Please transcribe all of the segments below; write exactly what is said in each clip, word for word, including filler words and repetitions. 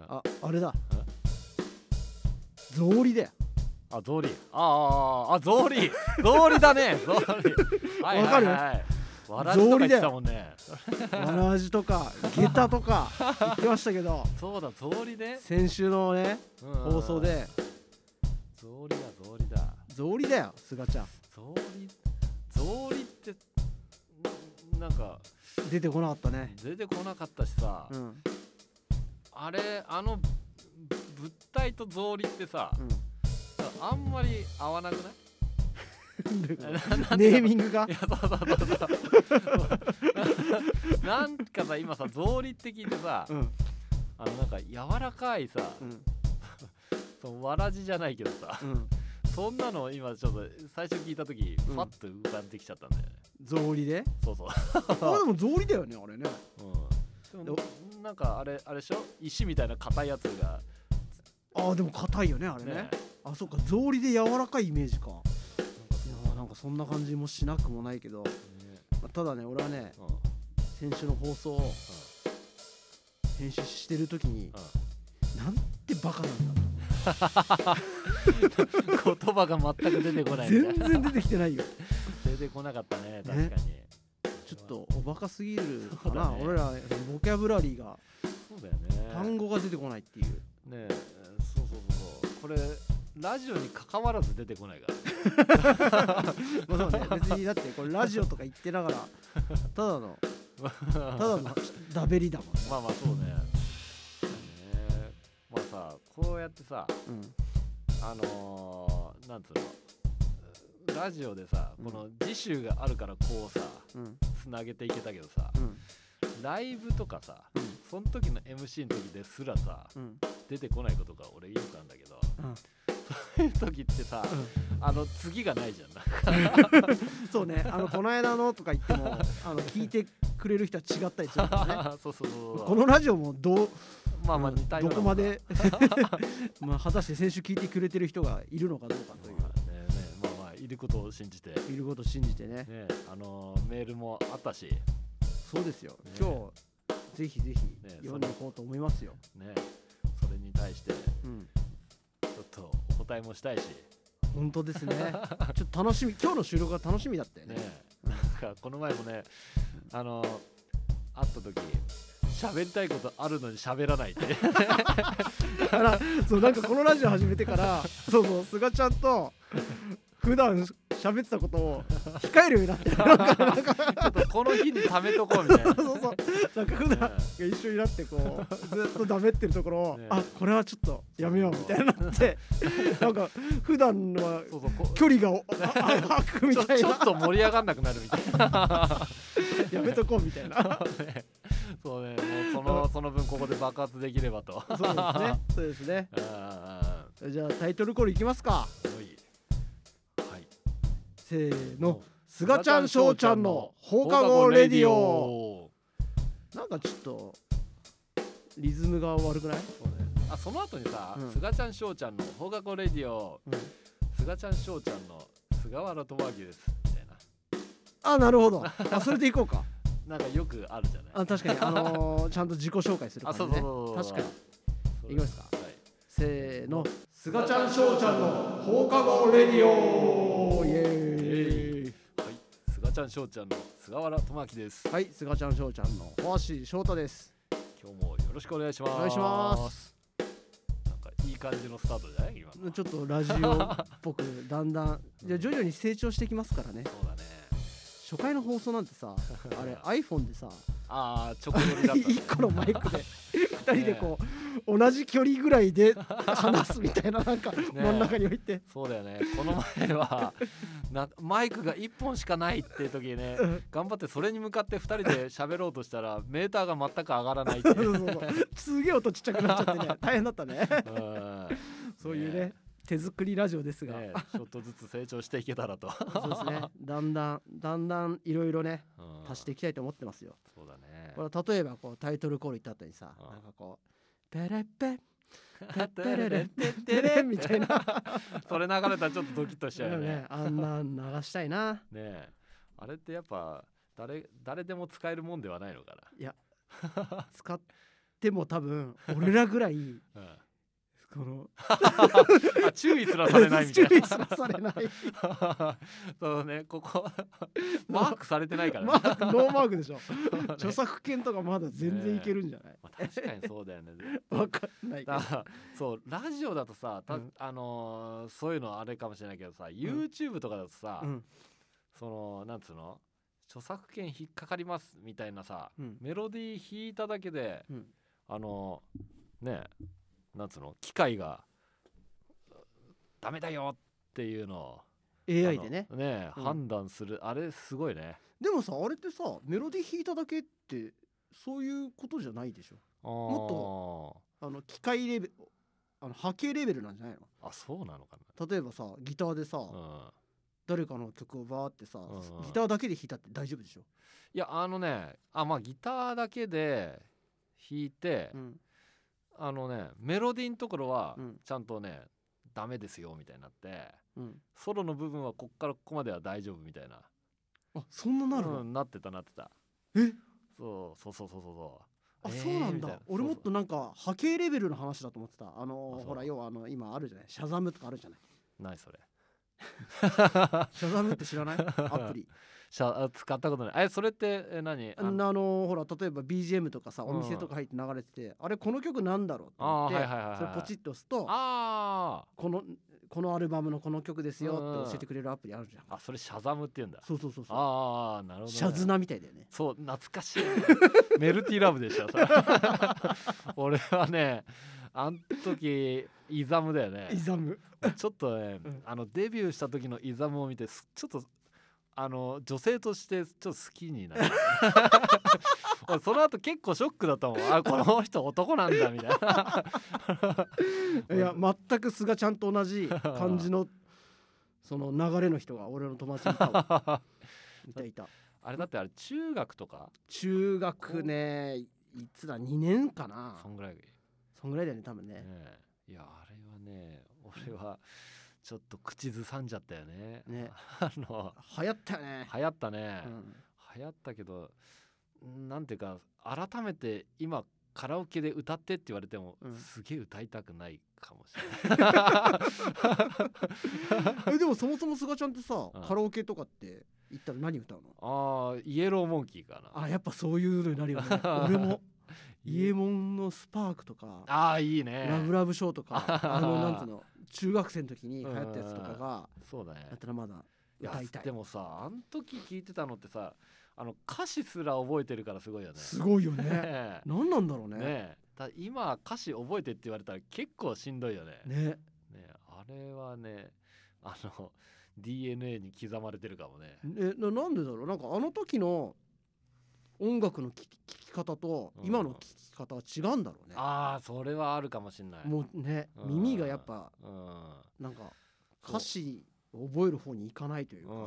あ、あれだ、草履だよ。 あ、草履、あああ、草履草履だね、草履はいはいはい、わらじとか言ってたもんね。 わらじとか下駄とか言ってましたけどそうだ、草履ね。 先週のね、 うんうんうん、 放送で草履だ草履だ草履だよ、すがちゃん。 草履草履ってなんか出てこなかったね。 出てこなかったしさ、 うん、 あれ、あの物体と草履ってさ、 うん、 あんまり合わなくない？ ネーミングがいや、そうそうそうそうなんかさ、今さ、草履って聞いてさ、 うん、 あのなんか柔らかいさ、 うん、 そのわらじじゃないけどさ、 うん、 そんなの今ちょっと最初聞いた時、 うん、 パッと浮かんできちゃったんだよね。 草履でそうそうあ、でも草履だよね、あれね。 うん、でもなんかあれあれでしょ、石みたいな硬いやつが。 あ、でも硬いよね、あれね。 ね、 あ、そっか、草履で柔らかいイメージか。いや、なんかそんな感じもしなくもないけど、ね、まあ、ただね、俺はね、うん、先週の放送を、うん、編集してる時に、うん、なんてバカなんだと言葉が全く出てこないみたいな。 全然出てきてないよ。 出てこなかったね、確かに、ね、 ちょっとおバカすぎるかな、ね、俺らボキャブラリーが、 そうだよね、 単語が出てこないっていうね。そうそうそう、これラジオに関わらず出てこないからまあそうね、別にだってこれラジオとか言ってながらただのただのダベリだもんね。 まあまあそうね。ね、まあさ、こうやってさ、うん、あのー、なんつうの、ラジオでさ、うん、この次週があるからこうさ、うん、つなげていけたけどさ、うん、ライブとかさ、うん、その時の エムシー の時ですらさ、うん、出てこないことが俺よくあるんだけど、うん、そういう時ってさ、うん、あの次がないじゃんそうね、あのこの間のとか言ってもあの聞いてくれる人は違ったりするからねそうそうそうそう、このラジオもどう、 まあまあ似たような、 どこまでまあ果たして先週聞いてくれてる人がいるのかどうかという、まあね、ね、まあまあいることを信じていることを信じて ね, ね、あのー、メールもあったし、 そうですよ、ね、今日ぜひぜひ読んでいこうと思いますよ、 ね、それに対して、うん、ちょっとお答えもしたいし、 本当ですねちょっと楽しみ、今日の収録が楽しみだったよね。 ね、なんかこの前もね、あのー、会った時喋りたいことあるのに喋らないってだからそうなんかこのラジオ始めてからそうそう、すがちゃんと普段喋ってたことを控えるようになってるなんかなんかちょっとこの日に貯めとこうみたいなそうそうそう、なんか普段が一緒になってこうずっとダメってるところを、ね、あ、これはちょっとやめようみたいになってなんか普段は距離が空くみたいな、 ちょっと盛り上がんなくなるみたいなやめとこうみたいなね、そうね、もうそのその分ここで爆発できればとそうですね、そうですね。あ、じゃあタイトルコールいきますか。 はい、 せーの、すがちゃんしょうちゃんの放課後レディオ。なんかちょっとリズムが悪くない？ そうね、あ、その後にさ、うん、すがちゃんしょうちゃんの放課後レディオ、うん、すがちゃんしょうちゃんの菅原智明ですみたいな。 あ、なるほど、あ、それでいこうかなんかよくあるじゃない。 あ、確かに、あのー、ちゃんと自己紹介する感じね。 あ、そうそうそうそう、 確かに。いきますか、はい、せーの、すがちゃんしょうちゃんの放課後レディオ、イエーイ。 はい、すがちゃんしょうちゃんの菅原智明です。 はい、すがちゃんしょうちゃんの星翔太です。 今日もよろしくお願いします。 お願いします。 なんかいい感じのスタートじゃない今の。 ちょっとラジオっぽくだんだん、じゃ徐々に成長してきますからね。 そうだね。 初回の放送なんてさ、あれ iPhone でさ、 あー、直撮りだったね。いっこのマイクでふたりでこう、ね、同じ距離ぐらいで話すみたいな、なんか真ん中に置いて、ね、 そうだよね。この前はなマイクがいっぽんしかないっていう時にね、うん、頑張ってそれに向かってふたりで喋ろうとしたらメーターが全く上がらないっていうそうそうそう、 すげえ音ちっちゃくなっちゃってね大変だったねそういうね、手作りラジオですが、ね、 ちょっとずつ成長していけたらとそうですね、だんだんだんだんいろいろね、うん、足していきたいと思ってますよ。 そうだね。 これ例えばこうタイトルコール言った後にさ、うん、なんかこうペレッペペッペレレッテッテレみたいなそれ流れたらちょっとドキッとしちゃうよね。 ね、あんなん流したいなねえ、あれってやっぱ誰誰でも使えるもんではないのかな。 いや使っても多分俺らぐらい、うん、このあ注意すらされないみたいな注意すらされないそうねここマークされてないからね、 マークノーマークでしょ著作権とかまだ全然いけるんじゃない、 えーまあ、確かにそうだよね分かんないけどそうラジオだとさた、 うん、 あのー、そういうのあれかもしれないけどさ、うん、YouTube とかだとさ、うん、そのなんつうの著作権引っかかりますみたいなさ、うん、メロディー弾いただけで、うん、あのー、ねなんつうの機械がダメだよっていうのをエーアイ でねね、うん、判断するあれすごいね。 でもさあれってさメロディー弾いただけってそういうことじゃないでしょ。もっとあの機械レベルあの波形レベルなんじゃないの。 あそうなのかな。 例えばさギターでさ、うん、誰かの曲をバーってさ、うん、ギターだけで弾いたって大丈夫でしょ。 いやあのねあまあギターだけで弾いて、うん、あのねメロディーのところはちゃんとね、うん、ダメですよみたいになって、うん、ソロの部分はこっからここまでは大丈夫みたいな。 あそんななるの、 うん、なってたなってた。 えそうそうそうそうそうあ、えー、そうなんだ。俺もっとなんか波形レベルの話だと思ってた。あのー、ほら要はあの今あるじゃないシャザムとかあるじゃない。 何それシャザムって知らないアプリ使ったことない。えそれってえ何あのあのほら例えば ビージーエム とかさお店とか入って流れてて、うん、あれこの曲なんだろうって思って、はいはいはいはい、それポチッと押すとあこのこのアルバムのこの曲ですよって教えてくれるアプリあるじゃん。 あそれシャザムって言うんだ。 そうそうそうそう。 ああなるほど、ね、 シャズナみたいだよね。 そう懐かしいメルティーラブでした俺はねあん時イザムだよね。 イザムちょっとね、うん、あのデビューした時のイザムを見てちょっとあの女性としてちょっと好きになるその後結構ショックだったもん。あこの人男なんだみたいないや全く素がちゃんと同じ感じのその流れの人が俺の友達にいたわいたいた。 あれだってあれ中学とか中学ねいつだにねんかな。 そんぐらいそんぐらいだよね多分ね。 ねいやあれはね俺はちょっと口ずさんじゃったよね。 ねあの流行ったよね。 流行ったね、うん、流行ったけどなんていうか改めて今カラオケで歌ってって言われても、うん、すげえ歌いたくないかもしれないえでもそもそもすがちゃんってさ、うん、カラオケとかって行ったら何歌うの？ああイエローモンキーかな。 あやっぱそういうのになるよね俺もイエモンのスパークとかああいいねラブラブショーとかあのなんつうの中学生の時に流行ったやつとかがそうだねだったらまだ歌いたい。 でもさあん時聞いてたのってさあの歌詞すら覚えてるからすごいよね。 すごいよね何なんだろうね。 ねだ今歌詞覚えてって言われたら結構しんどいよね。 ねねあれはねあの ディーエヌエー に刻まれてるかもね。 えななんでだろうなんかあの時の音楽の聴き方と今の聴き方は違うんだろうね、 うん、ああそれはあるかもしれない。 もうね、うん、耳がやっぱ、うん、なんか歌詞を覚える方に行かないというか、うん、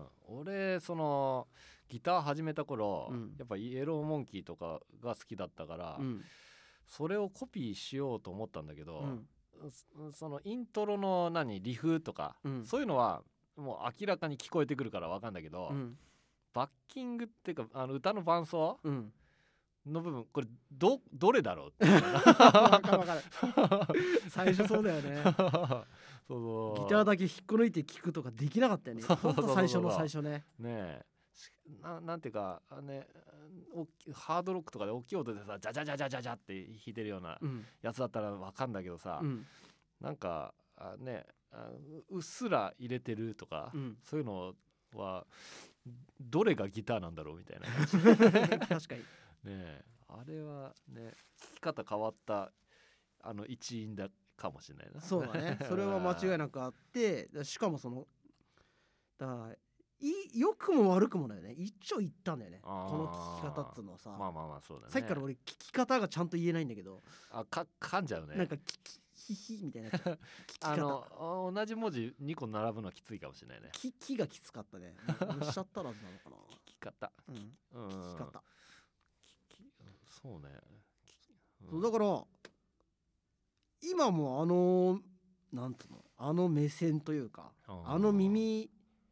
俺そのギター始めた頃、うん、やっぱイエローモンキーとかが好きだったから、うん、それをコピーしようと思ったんだけど、うん、そのイントロの何リフとか、うん、そういうのはもう明らかに聞こえてくるから分かんだけど、うんバッキングっていうかあの歌の伴奏、うん、の部分これ ど, どれだろうって分かる分かる最初そうだよねそうそうギターだけ引っこ抜いて聴くとかできなかったよね。ほんと最初の最初ねねえ な, なんていうかあ、ね、ハードロックとかで大きい音でさジャジャジャジャジャジャって弾いてるようなやつだったら分かんだけどさ、うん、なんかあねあうっすら入れてるとか、うん、そういうのはどれがギターなんだろうみたいな確かにねあれはね聴き方変わったあの一因だかもしれないな。 そうだねそれは間違いなくあってしかもそのだからい良くも悪くもだよね一長一短だよねこの聴き方っつうのはさ。 まあまあまあそうだね。 さっきから俺聴き方がちゃんと言えないんだけどあか噛んじゃうねなんかキキヒヒみたいなあの同じ文字にこ並ぶのはきついかもしれないね。 キキがきつかったねしちゃったらずなのかな聞き方、うん、 うん、聞き方そうね、 うん、だから今もあのなんつうのあの目線というか、うん、あの耳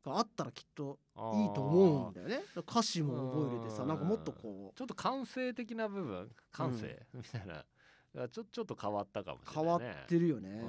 があったらきっといいと思うんだよね。歌詞も覚えれてさ、なんかもっとこうちょっと感性的な部分感性、うん、みたいなちょ、ちょっと変わったかもしれないね。 変わってるよね、うん、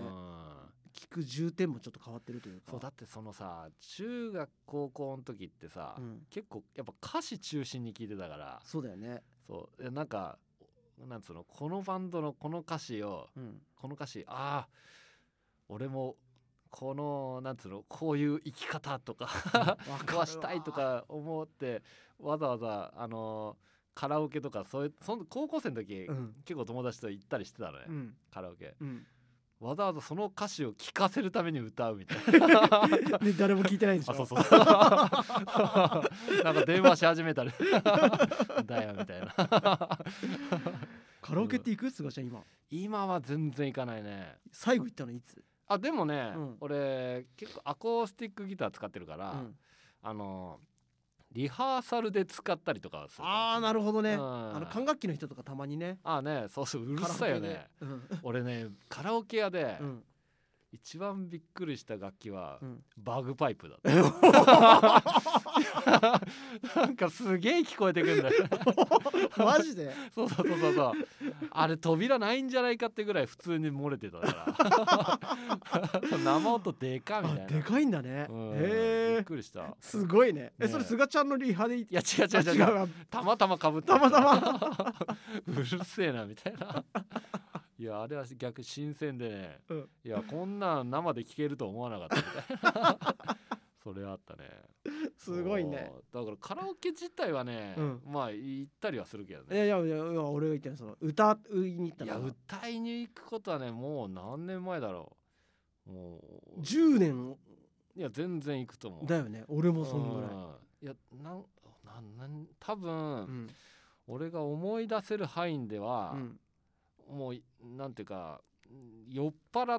聞く重点もちょっと変わってるというか。 そうだってそのさ中学高校の時ってさ、うん、結構やっぱ歌詞中心に聞いてたから。 そうだよね。 そうなんかなんつうのこのバンドのこの歌詞を、うん、この歌詞ああ俺もこのなんつうのこういう生き方とかはしたいとか思ってわざわざあのー、カラオケとかそういうその高校生の時、うん、結構友達と行ったりしてたのね、うん、カラオケ、うん、わざわざその歌詞を聴かせるために歌うみたいなで誰も聞いてないんでしょ。 あそうそうなんか電話し始めたりだよみたいなカラオケって行く？すがちゃん今。 今は全然行かないね。 最後行ったのいつ？ あでもね、うん、俺結構アコースティックギター使ってるから、うん、あのリハーサルで使ったりとかする。 ああなるほどね、うん、あの管楽器の人とかたまにね。 ああねそうそううるさいよね、うん、俺ねカラオケ屋で、うん、一番びっくりした楽器は、うん、バグパイプだったなんかすげえ聞こえてくるんだよマジでそうそうそうそうあれ扉ないんじゃないかってぐらい普通に漏れてたから生音でかみたいな。 でかいんだね、うん、へえびっくりした。 すごいね。え、ね、それすがちゃんのリハでいや違う違う違う違うたまたまかぶったたまたまうるせえなみたいないやあれは逆新鮮でね、うん、いやこんなん生で聴けると思わなかったみたいなそれあったね。 すごいね。 だからカラオケ自体はね、うん、まあ行ったりはするけどね。 いやいやいやいや俺が言ってるその歌いに行ったの。 いや歌いに行くことはねもう何年前だろう。もうじゅうねん。 いや全然行くと思う。 だよね。俺もそんぐらい。 いやなんなんなん多分、うん、俺が思い出せる範囲では、うん、もうなんていうか酔っ払って、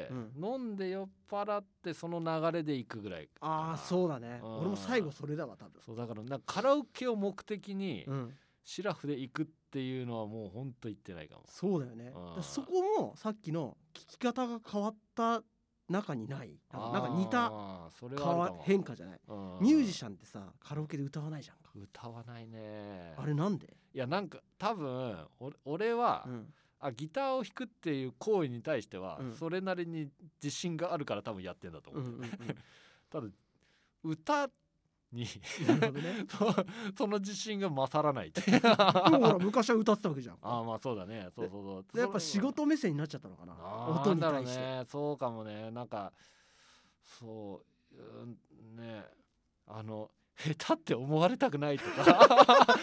うん、飲んで酔っ払ってその流れで行くぐらい。 ああそうだね、うん、俺も最後それだわ多分。 そうだからなんかカラオケを目的に、うん、シラフで行くっていうのはもうほんと言ってないかも。 そうだよね、うん、そこもさっきの聞き方が変わった中にない。なんか似たそれは変化じゃない。ミュージシャンってさカラオケで歌わないじゃんか。 歌わないね。 あれなんで？ いやなんか多分俺は、うん、あギターを弾くっていう行為に対しては、うん、それなりに自信があるから多分やってんだと思う、うんうんうん、ただ歌になるほど、ね、そ, その自信が勝らないってでもほら昔は歌ってたわけじゃん。 ああまあそうだね。そうそうそうでやっぱ仕事目線になっちゃったのかな音に対して。 ね、そうかもね。なんかそう、うん、ねあの下手って思われたくないとか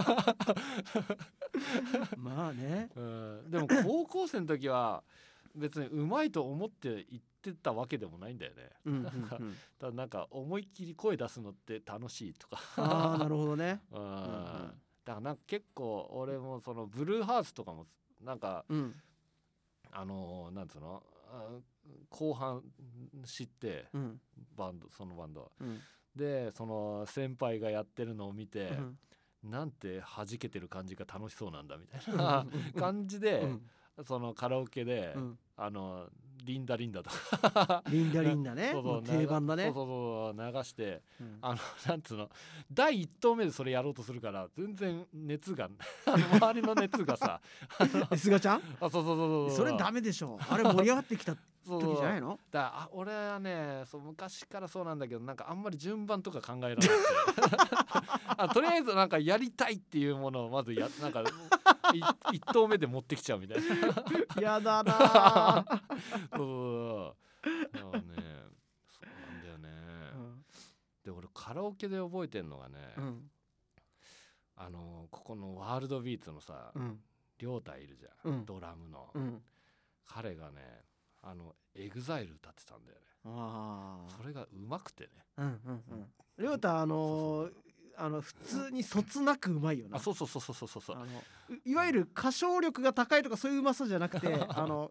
まあね、 うん、でも高校生の時は別にうまいと思って言ってたわけでもないんだよね。うんうん、うん、ただなんか思いっきり声出すのって楽しいとかああなるほどね、 うんうん、だからなんか結構俺もそのブルーハーツとかもなんか、うん、あのなんつうの後半知って、うん、バンドそのバンド、うん、でその先輩がやってるのを見て、うん、なんて弾けてる感じが楽しそうなんだみたいな感じで、うん、そのカラオケで、うん、あのリンダリンダとかリンダリンダねそうそう定番だね。 そうそうそう流して、うん、あのなんつうの第一投目でそれやろうとするから全然熱が周りの熱がさすがちゃんあそうそうそうそうそれダメでしょ。あれ盛り上がってきた時じゃないの？ だあ俺はねそう昔からそうなんだけどなんかあんまり順番とか考えられなくてあとりあえずなんかやりたいっていうものをまずやなんか一投目で持ってきちゃうみたいなやだなそうそうそうねそうなんだよね、うん、で俺カラオケで覚えてんのがね、うん、あのここのワールドビーツのさ、うん、亮太いるじゃん、うん、ドラムの、うん、彼がねあのエグザイル歌ってたんだよね。あそれがうまくてね。うんうんうん。亮太あのー、あの普通にそつなくうまいよな。 あそうそうそうそうそうそう。あのいわゆる歌唱力が高いとかそういううまさじゃなくてあの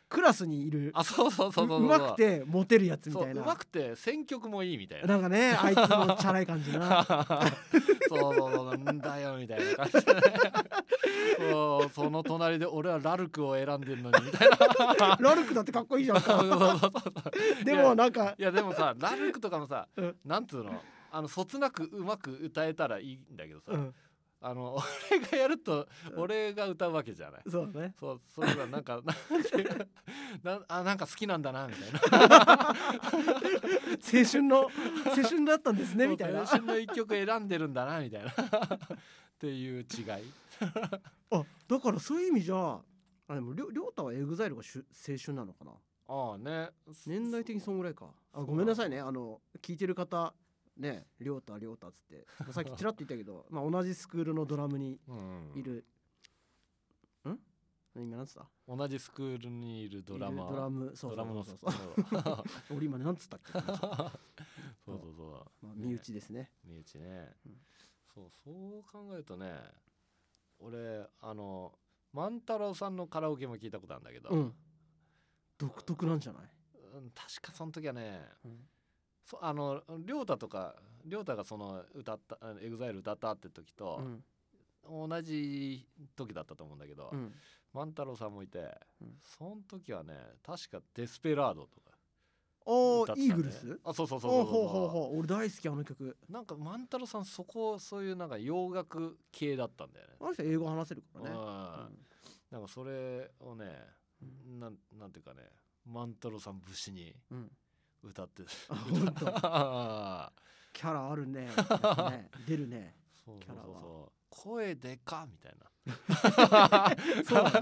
クラスにいるあそうそうそうそうそううまくてモテるやつみたいなそううまくて選曲もいいみたいななんかねあいつのチャラい感じなそうそうそうなんだよみたいな感じで、ね、そうその隣で俺はラルクを選んでるのにみたいなラルクだってかっこいいじゃんかでもなんかいやでもさラルクとかもさ、 うん、 なんつうのあのそつなくうまく歌えたらいいんだけどさ、 うんあの俺がやると俺が歌うわけじゃない、 そうねそうそれがなんかなんていうなあなんか好きなんだなみたいな青春の青春だったんですねみたいな青春の一曲選んでるんだなみたいなっていう違いあだからそういう意味じゃあでもりょりょうたはエグザイルがしゅ青春なのかなああね年代的にそんぐらいかあごめんなさいねあの聞いてる方ねりょうたりょうたっつってさっきちらっと言ったけどまあ同じスクールのドラムにいる、うん、ん今なんつった同じスクールにいるドラマドラムそうそうそうそうそう俺今なんつったっけそうそうそう、 まあ、身内ですね身内ね、うん、そうそう考えるとね俺あの万太郎さんのカラオケも聞いたことあるんだけど、うん、 独特なんじゃない、 うん、確かその時はね、うん、そあの亮太とか亮太がその歌ったエグザイル歌ったって時と、うん、同じ時だったと思うんだけど、うん、万太郎さんもいて、うん、その時はね確かデスペラードとかおー、ね、イーグルスあそうそうそうそうそうほうほうほう俺大好きあの曲なんか万太郎さんそこそういうなんか洋楽系だったんだよねあの人英語話せるからね、うん、 なんかそれをね、うん、なんなんていうかね万太郎さん節に歌って、 うん、本当キャラある ね, ね出るねそうそうそうそう声でかみたいなそうだな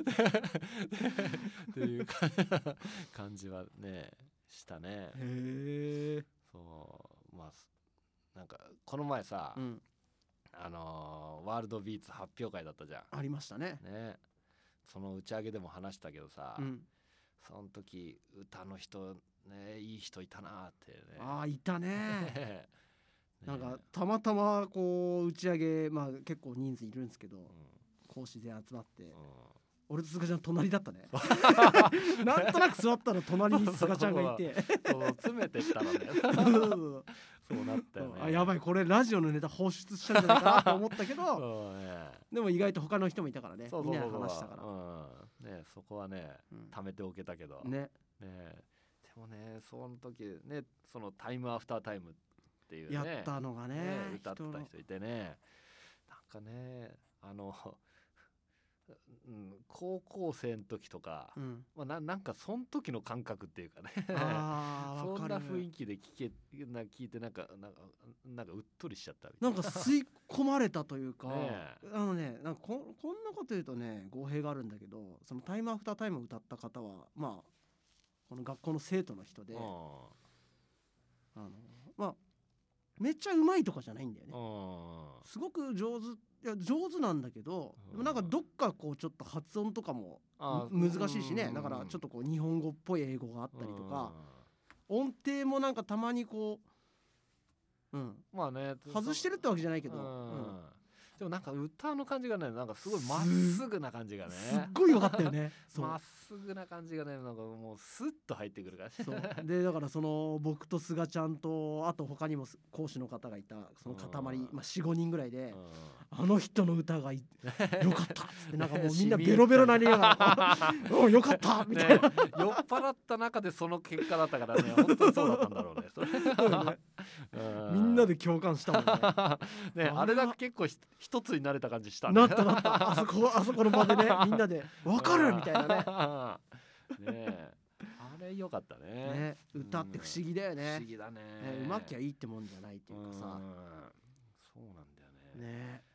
っていう感じはねしたね。 へえ。 そうまあなんかこの前さ、うん、あのー、ワールドビーツ発表会だったじゃん。 ありましたね。 ねその打ち上げでも話したけどさ、うん、その時歌の人ねいい人いたなってね。 ああいたね。ねなんかたまたまこう打ち上げまあ結構人数いるんですけど、うん、講師全集まって。うん俺と菅ちゃん隣だったねなんとなく座ったら隣に菅ちゃんがいてそう詰めてったらねそうなったよね。 あやばいこれラジオのネタ放出したんじゃないかなと思ったけど、ね、でも意外と他の人もいたからねみんなで話したから、 うんね、そこはね、うん、貯めておけたけど、ねね、でもねその時ねそのタイムアフタータイムっていうねやったのが ね, ね歌ってた人いてねなんかねあのうん、高校生の時とか、うんまあ、な, なんかその時の感覚っていうかねあそんな雰囲気で聞けな聞いてなんかなんかなんかうっとりしちゃったみたいななんか吸い込まれたというかねあのねなんか こ, こんなこと言うとね語弊があるんだけどそのタイムアフタータイムを歌った方はまあこの学校の生徒の人であのまあめっちゃうまいとかじゃないんだよねすごく上手いや上手なんだけど、うん、でもなんかどっかこうちょっと発音とかも難しいしねだからちょっとこう日本語っぽい英語があったりとか音程もなんかたまにこう、うん、 まあね外してるってわけじゃないけど、うんでもなんか歌の感じがねなんかすごいまっすぐな感じがねすっごい良かったよねまっすぐな感じがねなんかもうスッと入ってくるからそうでだからその僕と菅ちゃんとあと他にも講師の方がいたその塊、まあ、よん、ごにんぐらいであの人の歌がいよかったっつってなんかもうみんなベロベロなりながらおよかったみたいな、ね、 酔っ払った中でその結果だったからね本当にそうだったんだろうねそれねみんなで共感したもんねねあれだけ結構一つになれた感じしたねなったなったあそこあそこの場でねみんなで分かるみたいなねねあれ良かった ね, ね歌って不思議だよね、 不思議だねうまきゃいいってもんじゃないっていうかさそうなんだよねね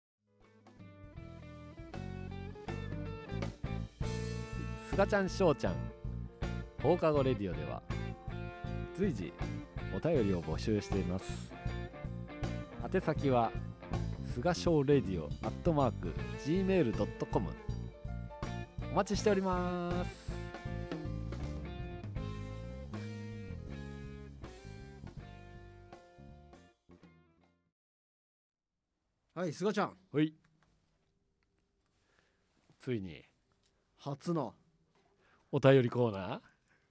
すがちゃんしょうちゃん放課後レディオでは随時お便りを募集しています。宛先はすがしょうレディオアットマーク ジーメールドットコム お待ちしております。 はいすがちゃんはい、ついに初のお便りコーナー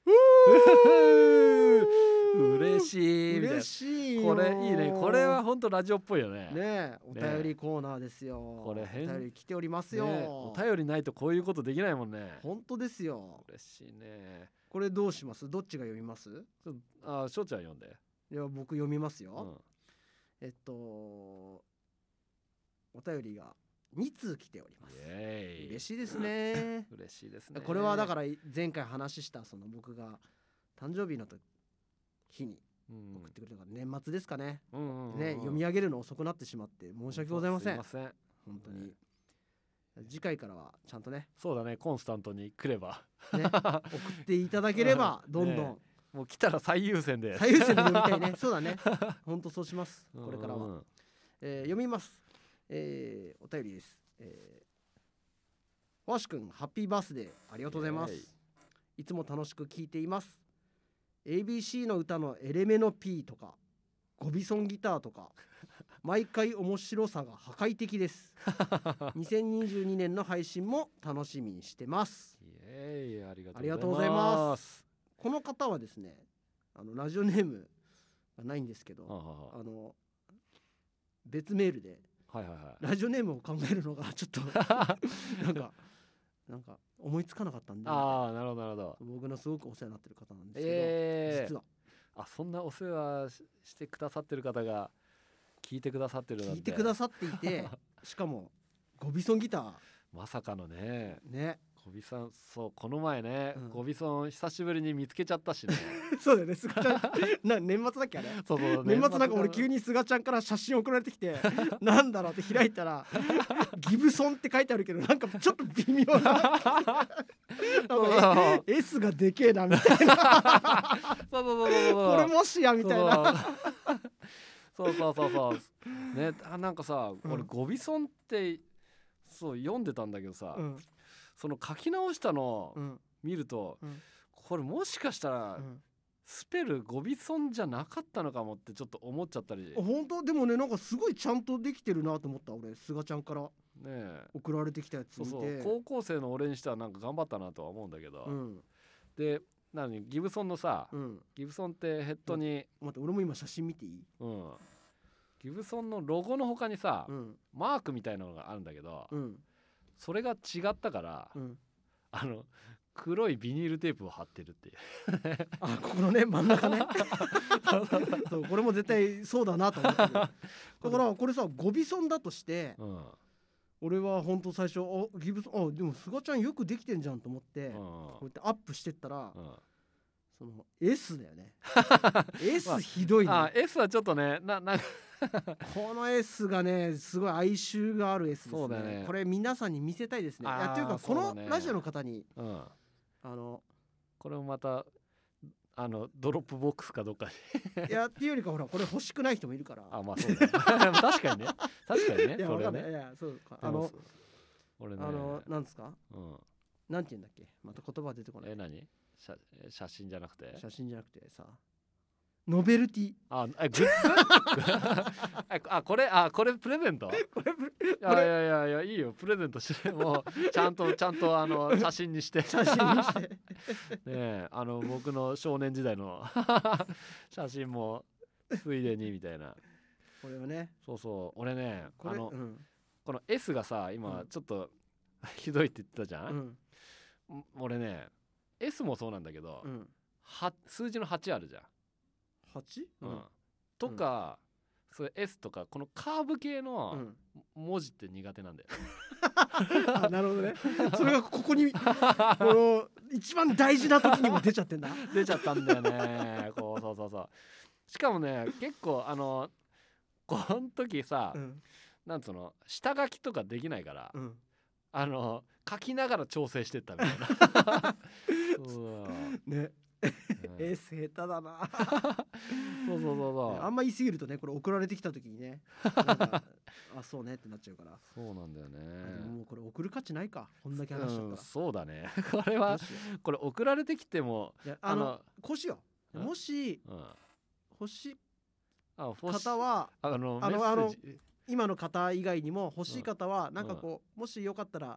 嬉しいみたいな。 嬉しいよ。 これいいね。これは本当ラジオっぽいよね。 ねえ、お便りコーナーですよ。 これ変お便り来ておりますよ、 ね、お便りないとこういうことできないもんね。 本当ですよ。 嬉しいね。 これどうします？どっちが読みます？ あ、しょうちゃん読んで。 いや、僕読みますよ、うん、えっとお便りがに通来ております。嬉しいですね嬉しいですね。 これはだから前回話したその僕が誕生日の日に送ってくれたのが年末ですかね、うんうんうん、ね、読み上げるの遅くなってしまって申し訳ございません。すいません本当に、ね、次回からはちゃんとね、 そうだね、コンスタントに来れば、 ね、送っていただければどんどん、ね、 もう来たら最優先で最優先で読みたいねそうだね本当そうします。これからは、うん、えー、読みます、えー、お便りです、えー、わしくんハッピーバースデーありがとうございます。いつも楽しく聞いています。 エービーシー の歌のエレメの P とかゴビソンギターとか毎回面白さが破壊的ですにせんにじゅうにねんの配信も楽しみにしてます。 イエーイ、ありがとうございます。この方はですね、あのラジオネームがないんですけど、はははあの別メールで、はいはいはい、ラジオネームを考えるのがちょっとなんかなんか思いつかなかったんで、 ああ、なるほどなるほど。 僕のすごくお世話になってる方なんですけど、 えー、 実はあ、そんなお世話してくださってる方が聞いてくださってるなんて。 聞いてくださっていてしかもゴビソンギター、 まさかのね。 ね、 ゴビさん、そうこの前ね、うん、ゴビソン久しぶりに見つけちゃったしねそうだよね、すがちゃんな年末だっけあれそうそう、年末なんか俺急にすがちゃんから写真送られてきてなんだろうって開いたらギブソンって書いてあるけどなんかちょっと微妙ななんか S がでけえなみたいなそうそうそうそう、これもしやみたいなそうそうそうそうね。あ、なんかさ、うん、俺ゴビソンってそう読んでたんだけどさ、うん、その書き直したの見ると、うん、これもしかしたら、うん、スペルゴビソンじゃなかったのかもってちょっと思っちゃったり。 本当？でもね、なんかすごいちゃんとできてるなと思った。俺すがちゃんからね送られてきたやつ見て、 そうそう、高校生の俺にしてはなんか頑張ったなとは思うんだけど、うん、で何ギブソンのさ、うん、ギブソンってヘッドに、 うん、待って、俺も今写真見ていい？ うん、ギブソンのロゴの他にさ、うん、マークみたいなのがあるんだけど、うん、それが違ったから、うん、あの黒いビニールテープを貼ってるっていうあ、ここのね真ん中ねそう、これも絶対そうだなと思ってるだからこれさゴビソンだとして、うん、俺は本当最初あギブソン、あでもすがちゃんよくできてんじゃんと思って、うん、こうやってアップしてったら、うん、その S だよねS ひどいね、まあ、 あ S はちょっとねななこの S がねすごい哀愁がある S です ね, そうだね。これ皆さんに見せたいですね。いやというかこのラジオの方に、うん、あのこれもまたあのドロップボックスかどっかにいやっていうよりかほらこれ欲しくない人もいるから。 あ、まあそうだね確かにね確かにね。 いやわかんない、いやそうか、あの俺ね、あのなんですか、うん、なんて言うんだっけ、また言葉出てこない。 え、何？写, 写真じゃなくて写真じゃなくてさ、ノベルティ。 あ、え、グッズあ、これ、あ、これプレゼント。これいやいやいやいや、いいよ、プレゼントしてもうちゃんとちゃんとあの写真にして写真にしてねえ、あの僕の少年時代の写真もついでにみたいな。 これはね、 そうそう、俺ね、この、うん、この S がさ今ちょっと、うん、ひどいって言ってたじゃん、うん、俺ね S もそうなんだけど、うん、は数字のはちあるじゃん。 はち？ うん、とか、うん、それ S とかこのカーブ系の文字って苦手なんだよ、 うん、あ、なるほどね。それがここにこの一番大事な時にも出ちゃってんだ出ちゃったんだよねこう、そうそうそう。しかもね結構あのこの時さ、うん、なんつうの下書きとかできないから、うん、あの書きながら調整してったみたいなそうねえー、下手だなそうそうそうそう、 あんま言い過ぎるとねこれ送られてきた時にねあそうねってなっちゃうから。 そうなんだよね。 もうこれ送る価値ないか、こんだけ話しちゃったら、うん、 そうだねこれはこれ送られてきてもいやあの、あのこうしよう、もし、うん、欲しい方はあのあのあの今の方以外にも欲しい方は、うん、なんかこう、うん、もしよかったら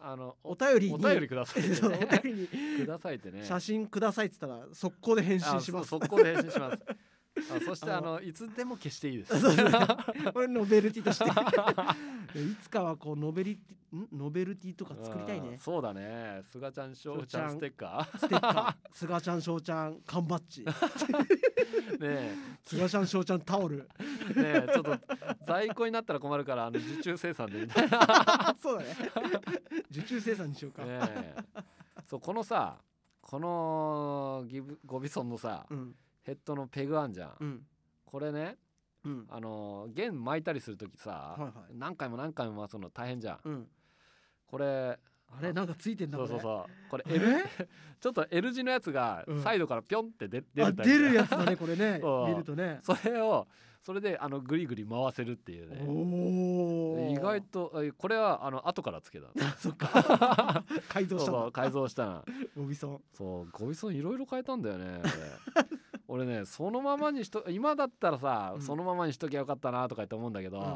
あのお便りにお便りくださいって、ね、 そうお便りにくださいってね写真くださいって言ったら速攻で返信します。 速攻で返信しますあそしてあのいつでも消していいですそうですね、これノベルティとしていつかはこうノベリティんノベルティとか作りたいね。 そうだね。すがちゃんしょうちゃんステッカーステッカーすがちゃんしょうちゃん缶バッジねえすがちゃんしょうちゃんタオルねえちょっと在庫になったら困るからあの受注生産でみたいなそうだね受注生産にしようか。 ねえそうこのさこのギブゴビソンのさ、うん、ヘッドのペグあんじゃん、うん、これね、うん、あの弦巻いたりするときさ、はいはい、何回も何回も回すの大変じゃん、うん、これあれなんかついてんだそうそうそうこれ L ちょっと L 字のやつがサイドからピョンって出、うん、出る出るやつだねこれね見るとねそれをそれであのグリグリ回せるっていうね。お意外とこれはあの後からつけたそっか改造したそうそう改造したなゴビソンそうゴビソンいろいろ変えたんだよね俺ねそのままにしと今だったらさ、うん、そのままにしときゃよかったなとか言って思うんだけど、うん、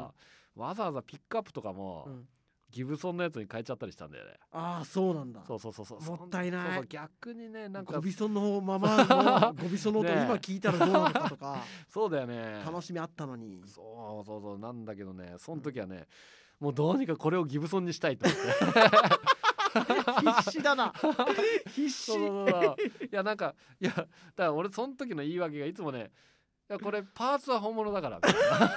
わざわざピックアップとかも、うん、ギブソンのやつに変えちゃったりしたんだよね。 ああそうなんだ。 そうそうそうそうもったいない。そうそう逆にねなんかゴビソンのままのゴビソンの音今聞いたらどうなのかとかそうだよね楽しみあったのに。 そうそうそうなんだけどねその時はね、うん、もうどうにかこれをギブソンにしたいと思って必死だな必死そうそうそういやなんかいやだから俺その時の言い訳がいつもねいやこれパーツは本物だから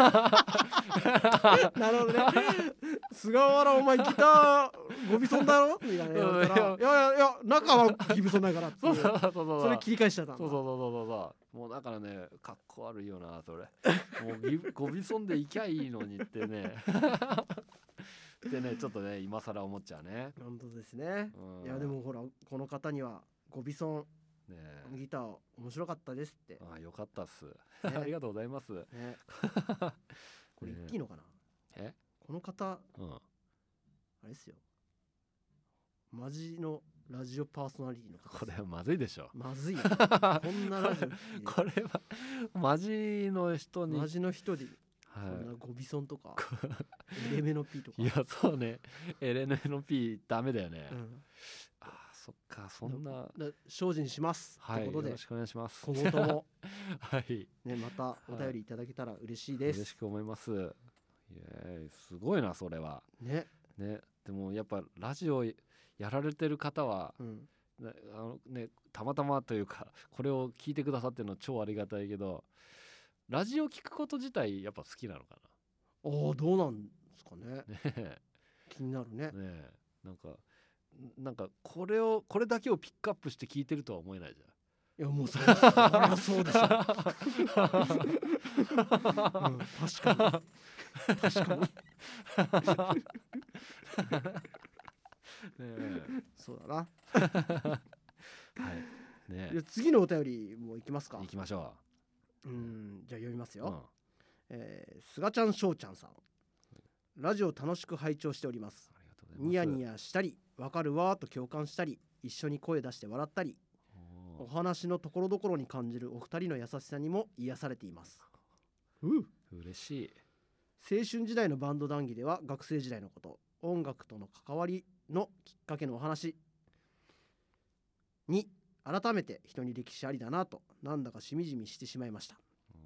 なるほどね菅原お前ギターゴビソンだろみたいな言われたらいやいやいや中はギブソンだからってそうそうそうそうそれ切り返しちゃったんだ。 そうそうそうそうそうもうだからねかっこ悪いよなそれもうギゴビソンでいきゃいいのにってねでねちょっとね今更思っちゃうね。 本当ですね、うん、いやでもほらこの方にはゴビソンね、ギター面白かったですって。 ああよかったっす、ね、ありがとうございます、ね、 これ言っていいのかな、 えこの方、うん、あれですよマジのラジオパーソナリティの方。 これはまずいでしょ。 まずいよこんなラジオこれはマジの人にマジの人で、はい、そんなゴビソンとかエレメの P とかいやそうねエレメの P ダメだよね、うん、あそっかそんな精進しますということで、 よろしくお願いします。 今後ともはいねまたお便りいただけたら嬉しいです。 嬉しく思います。いやすごいなそれはねね。でもやっぱラジオやられてる方は、うん、あのねたまたまというかこれを聞いてくださってるの超ありがたいけどラジオ聞くこと自体やっぱ好きなのかな。ああどうなんですか ね, ね気になるね。 ねなんかなんかこれをこれだけをピックアップして聞いてるとは思えないじゃん。 いやもう そ, そりゃそうでしょ、うん、確かに確かにねえそうだなはいねえ次のお便りもいきますか。 いきましょう。うんじゃあ読みますよ、うんえー、すがちゃんしょうちゃんさん、ラジオ楽しく拝聴しております。ニヤニヤしたりわかるわと共感したり一緒に声出して笑ったりお話のところどころに感じるお二人の優しさにも癒されています。 う嬉しい。 青春時代のバンド談義では学生時代のこと音楽との関わりのきっかけのお話に改めて人に歴史ありだなとなんだかしみじみしてしまいました。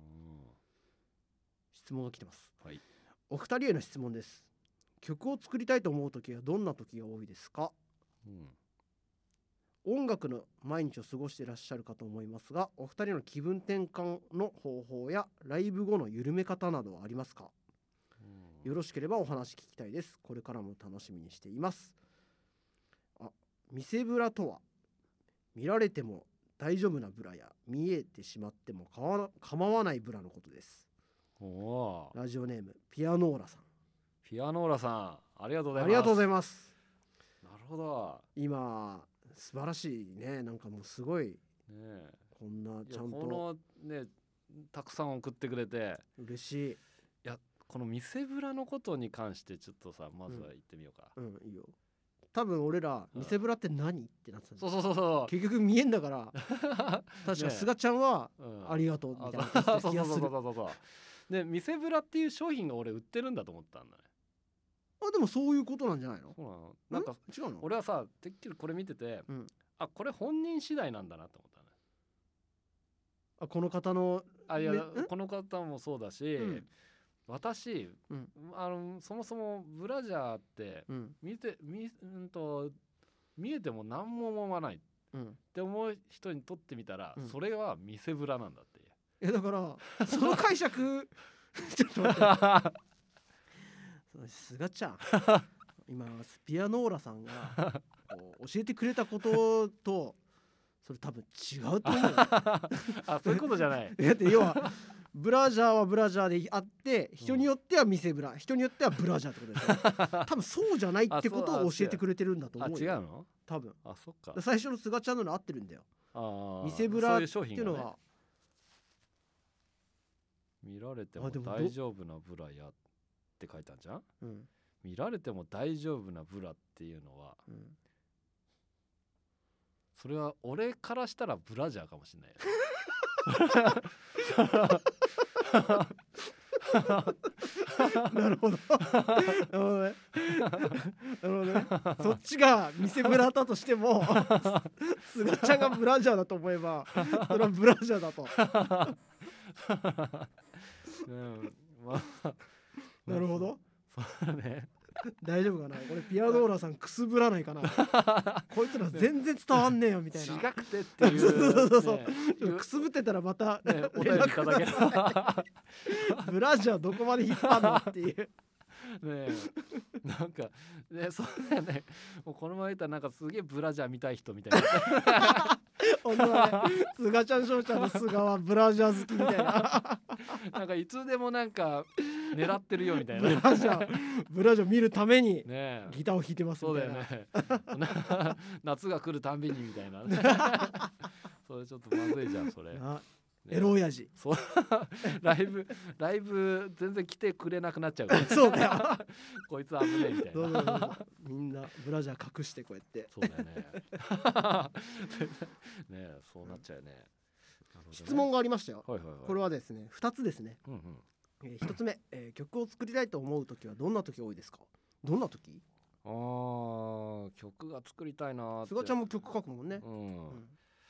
質問が来てます、はい、お二人への質問です。曲を作りたいと思う時はどんな時が多いですか、うん、音楽の毎日を過ごしていらっしゃるかと思いますがお二人の気分転換の方法やライブ後の緩め方などはありますか、うん、よろしければお話聞きたいです。これからも楽しみにしています。あ、見せブラとは見られても大丈夫なブラや見えてしまっても構わないブラのことです。 おラジオネームピアノーラさん。 ピアノーラさんありがとうございます。 ありがとうございます。 なるほど。 今素晴らしいね。なんかもうすごい、ね、こんなちゃんとこのねたくさん送ってくれて嬉しい。いやこの見せブラのことに関してちょっとさまずは言ってみようか。 うん、うん、いいよ。多分俺ら見せブラって何ってなってたんそうそうそうそう結局見えんだから確かすがちゃんは、ね、ありがとうみたいな気がする。 そうそうそうそうそうで見せブラっていう商品が俺売ってるんだと思ったんだね。 あでもそういうことなんじゃないの？ そうなの？なんか違うの？ 俺はさてっきりこれ見てて、うん、あこれ本人次第なんだなと思ったね。 あこの方のあいやこの方もそうだし、うん、私、うん、あのそもそもブラジャーって見て、うん見うんと、見えても何も思わない、うん、って思う人にとってみたら、うん、それは見せブラなんだって。 いやだからその解釈ちょっと待ってすがちゃん今スピアノーラさんがこう教えてくれたこととそれ多分違うと思うあそういうことじゃないだって要はブラジャーはブラジャーであって人によっては見せブラ、人によってはブラジャーってことでしょ多分そうじゃないってことを教えてくれてるんだと思うよ。 あ違うの？ 多分あそっか最初のすがちゃんのの合ってるんだよ。あ見せブラっていうのは見られても大丈夫なブラやって書いたんじゃん、うん、見られても大丈夫なブラっていうのは、うん、それは俺からしたらブラジャーかもしれないなるほどなるほどねなるほどねそっちが見せブラだとしてもすがちゃんがブラジャーだと思えばそれはブラジャーだとうんまあ、なるほどそうね大丈夫かなこれピアノーラさんくすぶらないかなこいつら全然伝わんねえよみたいな違くてっていうそうそうそう、ね、くすぶってたらまた、 ね、お便りいただけるブラジャーどこまで引っ張るのっていうねえなんかねそうだよねもうこの前言ったらなんかすげえブラジャー見たい人みたいな本当だねすがちゃんしょうちゃんのすがはブラジャー好きみたいななんかいつでもなんか狙ってるよみたいなブラジャーブラジャー見るためにギターを弾いてますみたいな、 ね、そうだよね夏が来るたんびにみたいなそれちょっとまずいじゃんそれエロ親父そうライブライブ全然来てくれなくなっちゃうからそうだよこいつ危ねえみたいなそうそうそうみんなブラジャー隠してこうやってそうだよねねえそうなっちゃうよね、 うん、質問がありましたよ、 はいはいはい、 これはですねふたつですね、うんうんえー、ひとつめ、えー、曲を作りたいと思うときはどんなとき多いですか？どんなとき？ あー曲が作りたいなって。 すがちゃんも曲書くもんね、うんうんうん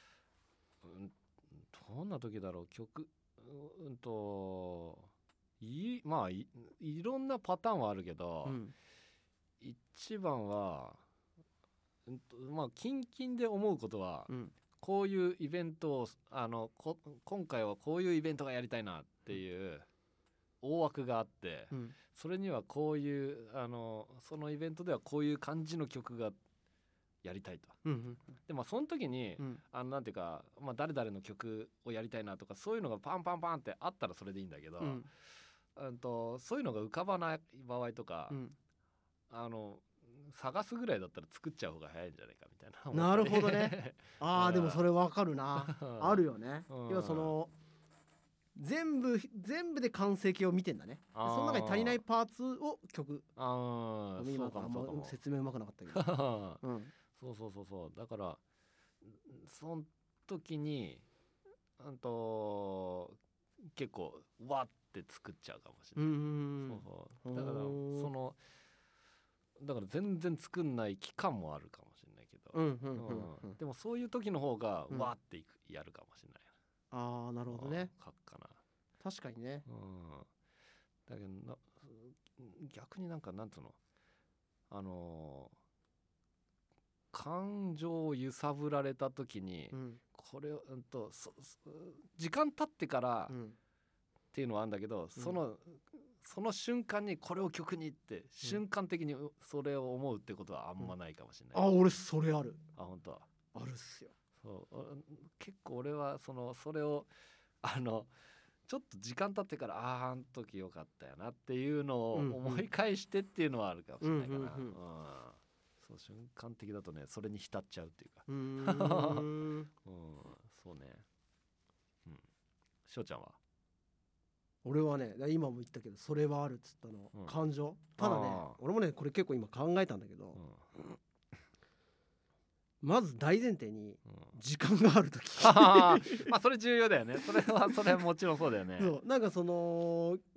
どんな時だろう曲うんといまあ い, いろんなパターンはあるけど、うん、一番は、うんとまあ、近々で思うことは、うん、こういうイベントをあのこ今回はこういうイベントがやりたいなっていう大枠があって、うん、それにはこういうあのそのイベントではこういう感じの曲がやりたいと、うんうん、でもその時に、うん、あのなんていうか、まあ、誰々の曲をやりたいなとかそういうのがパンパンパンってあったらそれでいいんだけど、うんうん、とそういうのが浮かばない場合とか、うん、あの探すぐらいだったら作っちゃう方が早いんじゃないかみたいな。 なるほどねああでもそれわかるなあるよね、うん、要はその全部全部で完成形を見てんだね。その中に足りないパーツを曲あ今そうかもそうかも説明うまくなかったけど、うんそうそうそうそうだからその時にうんと結構わって作っちゃうかもしれない。うんそうそうだからそのだから全然作んない期間もあるかもしれないけど、うんうんうんうん、でもそういう時の方がわっていく、うん、やるかもしれない。 ああなるほどね。 書くかな。 確かにね。 うん。だけどな逆になんかなんつうのあのー感情を揺さぶられた時に、うん、これを、うん、とそ時間経ってから、うん、っていうのはあるんだけど、うん、そのその瞬間にこれを曲にって、うん、瞬間的にそれを思うってことはあんまないかもしれない。 うん、あ俺それある。 あ本当。 あるっすよ。 そう結構俺はそのそれをあのちょっと時間経ってからあああの時よかったよなっていうのを思い返してっていうのはあるかもしれないかな。うんうんうんうんそう瞬間的だとねそれに浸っちゃうっていうかうーん、うん、そうねうんしょうちゃんは俺はね今も言ったけどそれはあるっつったの、うん、感情ただね俺もねこれ結構今考えたんだけど、うん、まず大前提に時間があるとき、うん、 まあそれ重要だよねそれはそれはもちろんそうだよねそうなんかその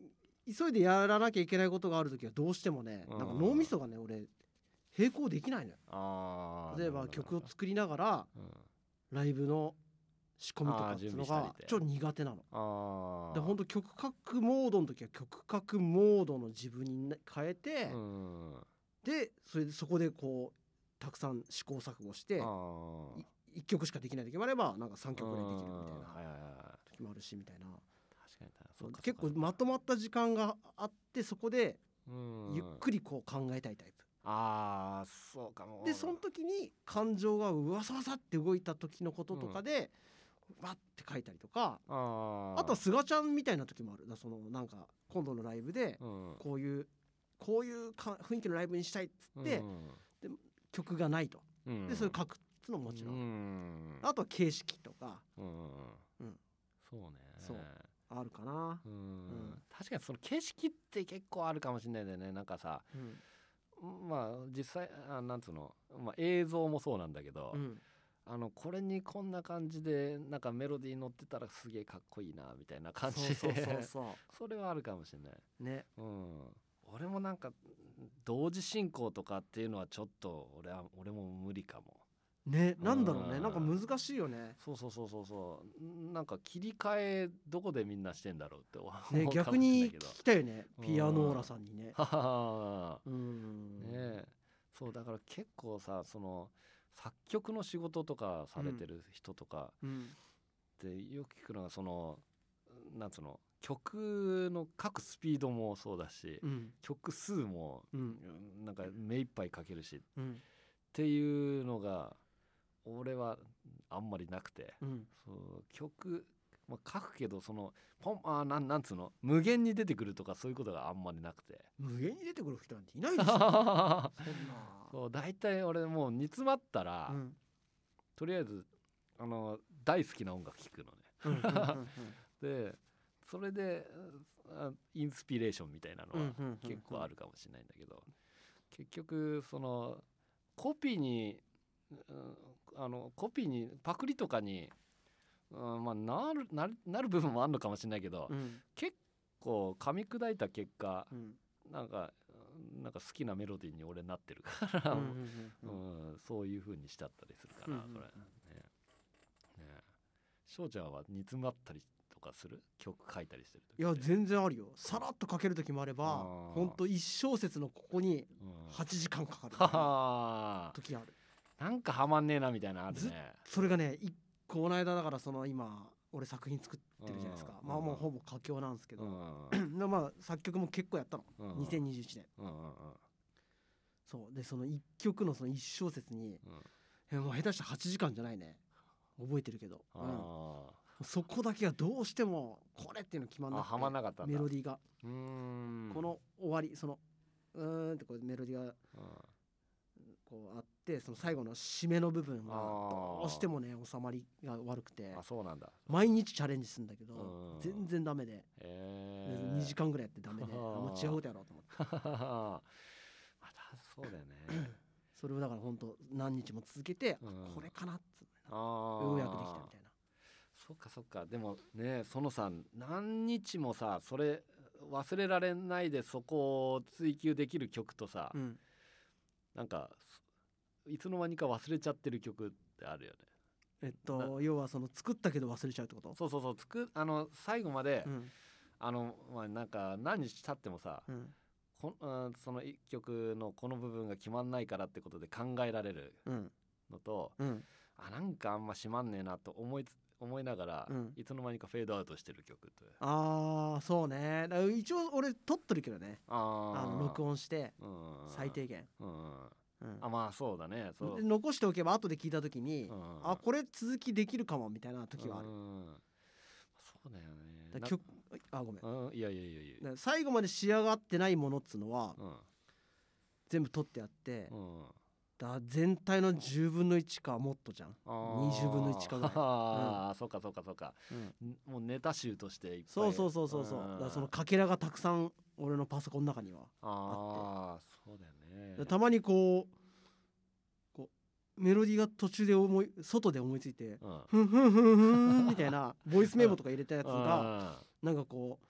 急いでやらなきゃいけないことがあるときはどうしてもね、 うんなんか脳みそがね俺並行できないのよ。 あ例えば曲を作りながら、 うん、 ライブの仕込みとかっていうのがちょっと苦手なの。 あでほんと曲書くモードの時は曲書くモードの自分に変えて、 うん、 でそれでそこでこうたくさん試行錯誤していっきょくしかできない時もあればなんかさんきょくぐらいできるみたいな時もあるしみたいな。 確かにそうか結構まとまった時間があってそこでゆっくりこう考えたいタイプ。 ああそうかも。 でその時に感情がうわさわさって動いた時のこととかで、うん、わって書いたりとか、あ, あとは菅ちゃんみたいな時もある。だそのなんか今度のライブでこういう、うん、こういうか雰囲気のライブにしたいっつって、うん、で曲がないと、うん、でそれ書くっつうのももちろん、うん、あとは形式とか、うんうん、そうねそうあるかな、 うんうん、確かにその景色って結構あるかもしれないんだよね。なんかさ、うんまあ実際あなんつうの、まあ、映像もそうなんだけど、うん、あのこれにこんな感じでなんかメロディー乗ってたらすげえかっこいいなみたいな感じでそうそうそうそうそれはあるかもしれないね、 うん、俺もなんか同時進行とかっていうのはちょっと俺は俺も無理かもね。なんだろうね、なんか難しいよね。 そうそうそうそうそうなんか切り替えどこでみんなしてんだろうって思う、 ね、逆に聞きたいよね、ピアノーラさんにね。 うんねそうだから結構さその作曲の仕事とかされてる人とかでよく聞くのがそのなんつうの曲の書くスピードもそうだし、うん、曲数もなんか目いっぱい書けるし、うん、っていうのが俺はあんまりなくて、うん、そう曲、まあ、書くけどそのポンあなんなんつうの無限に出てくるとかそういうことがあんまりなくて。 無限に出てくる人なんていないでしょそんなそう大体俺もう煮詰まったら、うん、とりあえずあの大好きな音楽聴くのねでそれでインスピレーションみたいなのは結構あるかもしれないんだけど、結局そのコピーにあのコピーにパクリとかに、うんまあ、なる、なる、なる部分もあるのかもしれないけど、うん、結構噛み砕いた結果、うん、なんかなんか好きなメロディーに俺なってるからそういう風にしちゃったりするかな、うんうんうん、それねね翔ちゃんは煮詰まったりとかする曲書いたりしてる時？ いや全然あるよ。さらっと書ける時もあればほんと一小節のここにはちじかんかかる時ある。 なんかハマんねえなみたいなあるね。 それがねこの間だからその今俺作品作ってるじゃないですか。まあもうほぼ佳境なんですけどまあ作曲も結構やったのにせんにじゅういちねん。そうでそのいっきょくのそのいち小節にもう下手したらはちじかんじゃないね覚えてるけど、うん、そこだけはどうしてもこれっていうの決まんなくて、 はまんなかったんだ。 メロディーがうーんこの終わりそのうーんってこうメロディーがこうあってその最後の締めの部分はどうしてもね収まりが悪くて。 あそうなんだ。 毎日チャレンジするんだけど全然ダメで、えー、にじかんぐらいやってダメでもう違うことやろうと思ってまたそうだよねそれをだから本当何日も続けて、うん、これかなっつうのようやくできたみたいな。 そっかそっか。でもねそのさ何日もさそれ忘れられないでそこを追求できる曲とさ、うん、なんかいつの間にか忘れちゃってる曲ってあるよね。 えっと要はその作ったけど忘れちゃうってこと？ そうそうそうつくあの最後まで、うん、あのまあなんか何日経ってもさ、うん、こあその一曲のこの部分が決まんないからってことで考えられるのと、うん、あなんかあんましまんねえなと思いつ思いながら、うん、いつの間にかフェードアウトしてる曲って。 ああそうね。だから一応俺撮っとるけどね。ああの録音して、うん、最低限。うんうん、あまあそうだね。そう残しておけば後で聞いた時に、うん、あこれ続きできるかもみたいな時はある。うん、 そうだよね。 だ曲あごめん、 うん、いやいやいやいや最後まで仕上がってないものっつうのは、うん、全部取ってあって、うん、だ全体のじゅうぶんのいちかもっとじゃん。にじゅうぶんのいちかぐらい。 ああ、うん、そうかそうかそうか、うん、もうネタ集としていっぱい。 そうそうそうそうそう。だからそのかけらがたくさん俺のパソコンの中にはあって。ああそうだよね。たまにこうこうメロディーが途中で思い外で思いついて、うん、ふんふんふんふんみたいなボイスメモとか入れたやつがなんかこう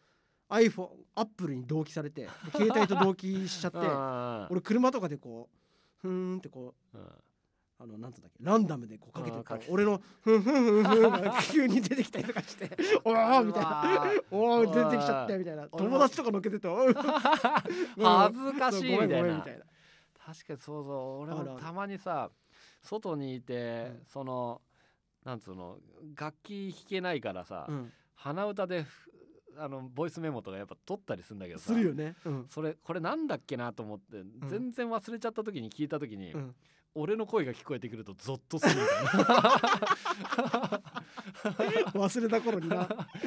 iPhone アップルに同期されて携帯と同期しちゃって俺車とかでこうふーんってこう、うん、あのなんつうんだっけランダムでこうかけてたら俺のふんふんふんふんが急に出てきたりとかしておーみたいなおー出てきちゃったみたいな友達とか乗っけてた恥ずかしいみたいな、 ごめんみたいな。 確かにそうそう俺もたまにさ外にいて、うん、そのなんつうの楽器弾けないからさ、うん、鼻歌であのボイスメモとかやっぱ取ったりするんだけどさするよね、うん、 それこれなんだっけなと思って、うん、全然忘れちゃった時に聞いた時に、うん、俺の声が聞こえてくるとゾッとするみたいな忘れた頃にな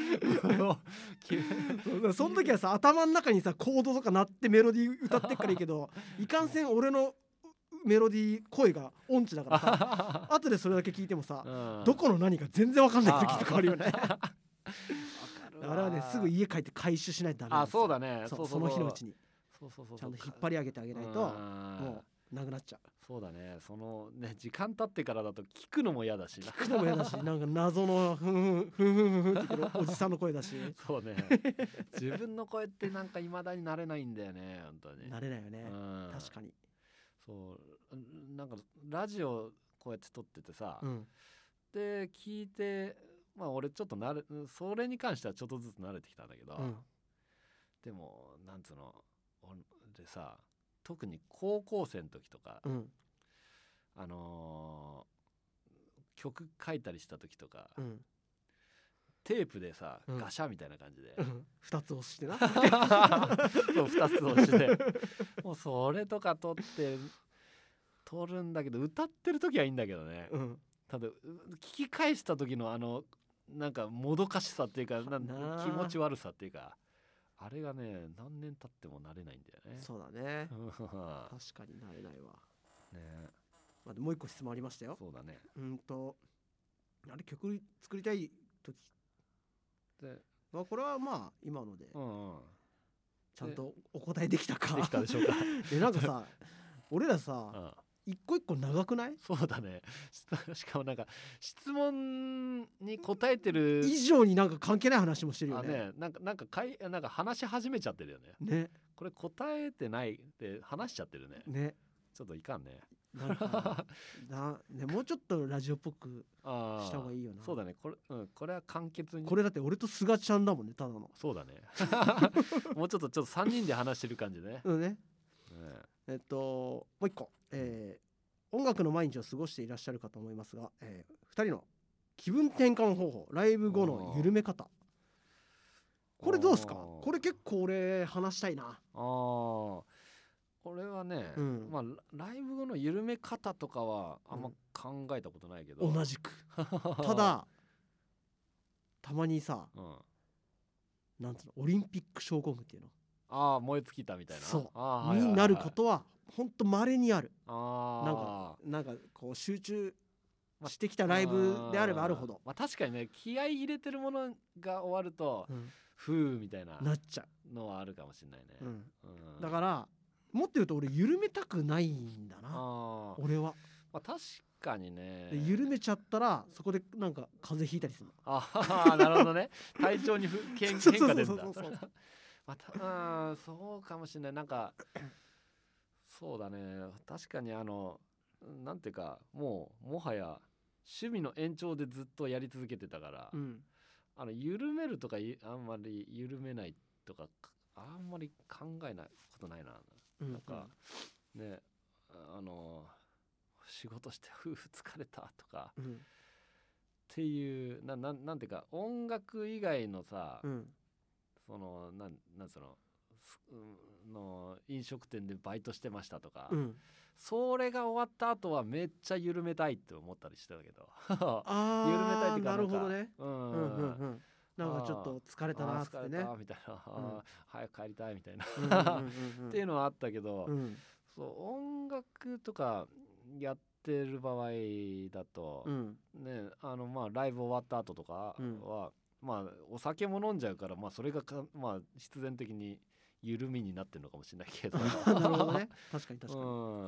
その時はさ頭の中にさコードとか鳴ってメロディー歌ってっからいいけどいかんせん俺のメロディー声が音痴だからさ後でそれだけ聞いてもさ、うん、どこの何か全然わかんない時とかあるよねあれはねすぐ家帰って回収しないとダメなんですよ。 あそうだねそうそうそうその日のうちにそうそうそうちゃんと引っ張り上げてあげないともうなくなっちゃう。 そうだねそのね時間経ってからだと聞くのも嫌だしな聞くのも嫌だしなんか謎のふんふんふんふんふんっておじさんの声だしそうね自分の声ってなんか未だに慣れないんだよね本当に慣れないよね、うん、確かにそうなんかラジオこうやって撮っててさ、うん、で聞いてまあ俺ちょっと慣れそれに関してはちょっとずつ慣れてきたんだけど、うん、でもなんつうのでさ特に高校生の時とか、うん、あのー、曲書いたりした時とか、うん、テープでさ、うん、ガシャみたいな感じで、うん、 ふたつ押してなそうふたつ押してもうそれとか撮って撮るんだけど歌ってる時はいいんだけどね、うん、ただ聞き返した時のあのなんかもどかしさっていうかなん気持ち悪さっていうかあれがね何年経っても慣れないんだよね。 そうだね確かに慣れないわね。まあ、もう一個質問ありましたよ。 そうだねうんとあれ曲作りたい時で、まあ、これはまあ今ので、うんうん、ちゃんとお答えできたかできたでしょうかでなんかさ俺らさ、うん一個一個長くない？ そうだねしかもなんか質問に答えてる以上になんか関係ない話もしてるよね。 あねなんかなんかかいなんか話し始めちゃってるよね。ねこれ答えてないって話しちゃってるね。ねちょっといかんね。 なんかな、ね、もうちょっとラジオっぽくした方がいいよな。 そうだねこれ、うん、これは簡潔にこれだって俺とすがちゃんだもんねただの。 そうだねもうちょっとちょっとさんにんで話してる感じね。 うんね、ねえっともう一個、えー、音楽の毎日を過ごしていらっしゃるかと思いますが、えー、ふたりの気分転換方法ライブ後の緩め方これどうですか？これ結構俺話したいな。あこれはね、うん、まあライブ後の緩め方とかはあんま考えたことないけど、 うん、同じくただたまにさ、うん、なんつうのオリンピック症候群っていうのああ燃え尽きたみたいなそうあ、 はいはいはい、になることはほんと稀にある。あなんかなんかこう集中してきたライブであればあるほど、 まあ、確かにね気合い入れてるものが終わると、うん、ふうみたいななっちゃうのはあるかもしれないね、うんうん、だからもっと言うと俺緩めたくないんだな俺は、 まあ、確かにね緩めちゃったらそこでなんか風邪ひいたりするの。 ああなるほどね体調に変化出るんだまたうんそうかもしれないなんかそうだね確かにあのなんていうかもうもはや趣味の延長でずっとやり続けてたから、うん、あの緩めるとかあんまり緩めないとかあんまり考えないことないな、うん、なんかねあの仕事して夫婦疲れたとか、うん、っていうなななんていうか音楽以外のさ、うん、そのなんなんそのの飲食店でバイトしてましたとか、うん、それが終わった後はめっちゃ緩めたいって思ったりしてたけどあ緩めたいっていうかなるほどね、うんうんうんうん、なんかちょっと疲れたなっつってねみたいな、うん、早く帰りたいみたいなっていうのはあったけど、うん、そう音楽とかやってる場合だと、うん、ねあのまあライブ終わった後とかは、うん、まあお酒も飲んじゃうからまあそれがかまあ必然的に緩みになってるのかもしれないけどなるほどね確かに確かに、うん、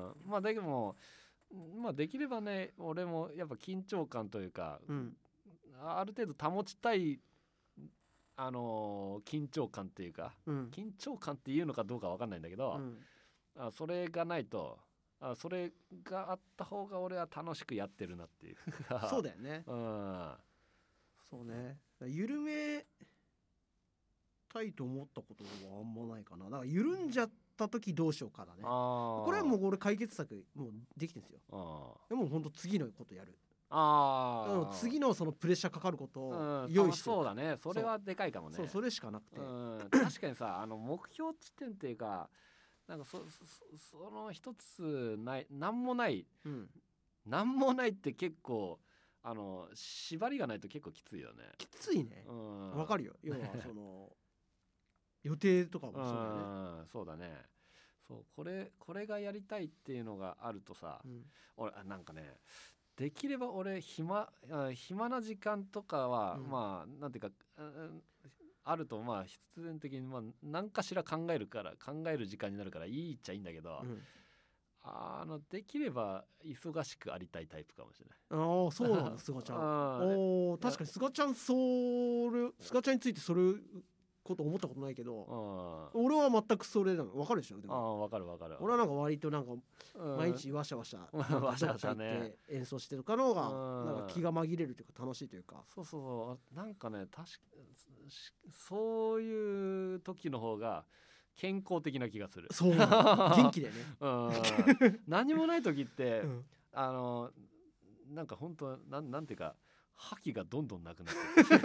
まあだけどもまあできればね俺もやっぱ緊張感というか、うん、ある程度保ちたいあのー、緊張感っていうか、 うん、 緊張感っていうのかどうか分かんないんだけど、うん、あそれがないとあそれがあった方が俺は楽しくやってるなっていうそうだよね、 うん、 そうね緩めたいと思ったことはあんまないかな。だから緩んじゃった時どうしようかだね。これはもう俺解決策もうできてるんですよ。あでもほんと次のことやる。あ次のそのプレッシャーかかることを用意して、 そうだねそれはでかいかもね。 そうそれしかなくて、 うん確かにさあの目標地点っていうかなんか そ, そ, その一つないなんもない、うん、なんもないって結構あの縛りがないと結構きついよね。 きついね。わ、うん、かるよ。要はその予定とかもそうだね。 うん、そうだね。そうこれこれがやりたいっていうのがあるとさ、うん、俺なんかねできれば俺暇暇な時間とかは、うん、まあなんていうか、うん、あるとまあ必然的にまあ何かしら考えるから考える時間になるからいいっちゃいいんだけど、うん、あのできれば忙しくありたいタイプかもしれない。 ああそうなんだ。菅ちゃんお確かに菅ちゃんそれ菅ちゃんについてそれこと思ったことないけど、うん、俺は全くそれなの分かるでしょ。でもあ分かる分かる。 俺はなんか割となんか毎日ワシャワシャワシャワシャって演奏してるからのがなんか気が紛れるというか楽しいというか、 そうそうなんかね確かそういう時の方が健康的な気がする。 そう元気でねうん何もない時って、うん、あのなんか本当なんなんていうか覇気がどんどんなくなって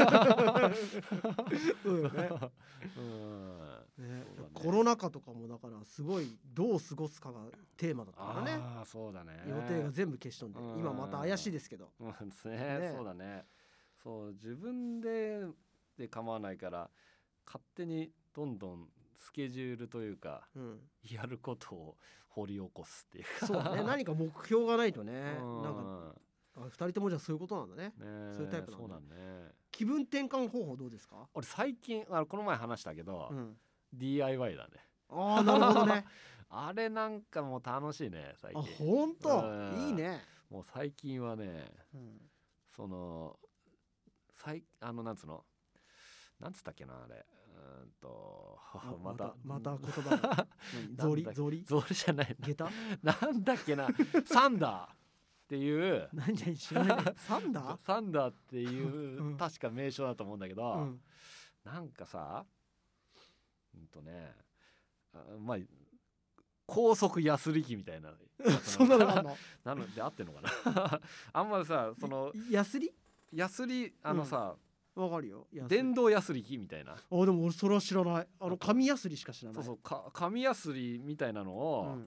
そうよね。うんね、コロナ禍とかもだからすごいどう過ごすかがテーマだったからね。 あそうだね。 予定が全部消しとんで今また怪しいですけど、 うんですねね、そうだね。そう自分でで構わないから勝手にどんどんスケジュールというか、うん、やることを掘り起こすっていうかそうね何か目標がないとねなんかふたりともじゃそういうことなんだ ね, ねそういうタイプなんだ、ね、そうなんね。気分転換方法どうですか？ 俺最近あこの前話したけど、うん、ディーアイワイ だね。 ああなるほどねあれなんかもう楽しいね最近。 あほんといいね。 もう最近はね、うん、その最あのなんつうのなんつったっけなあれうんとまたまた言葉が草履草履草履じゃない下駄なんだっけなサンダーっていう何々知らないサンダーサンダーっていう確か名称だと思うんだけど、うん、なんかさうんとねあまあ高速ヤスリ機みたいなそんなのあんのなので合ってんのかなあんまりさそのヤスリヤスリあのさ、 うん、わかるよ電動ヤスリ機みたいな。 あでも俺それは知らない。あの紙ヤスリしか知らない。 そうそうか紙ヤスリみたいなのを、うん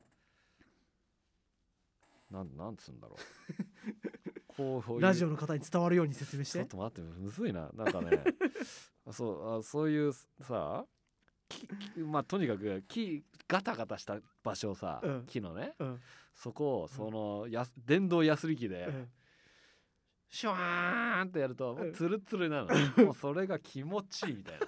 なんなんつうんだろうこうラジオの方に伝わるように説明して。 ちょっと待ってむずいななんかねそうあそういうさまあとにかく木ガタガタした場所をさ、うん、木のね、うん、そこをそのや電動ヤスリ機で、うん、シュワーンってやるともうツルツルなの、うん、もうそれが気持ちいいみたい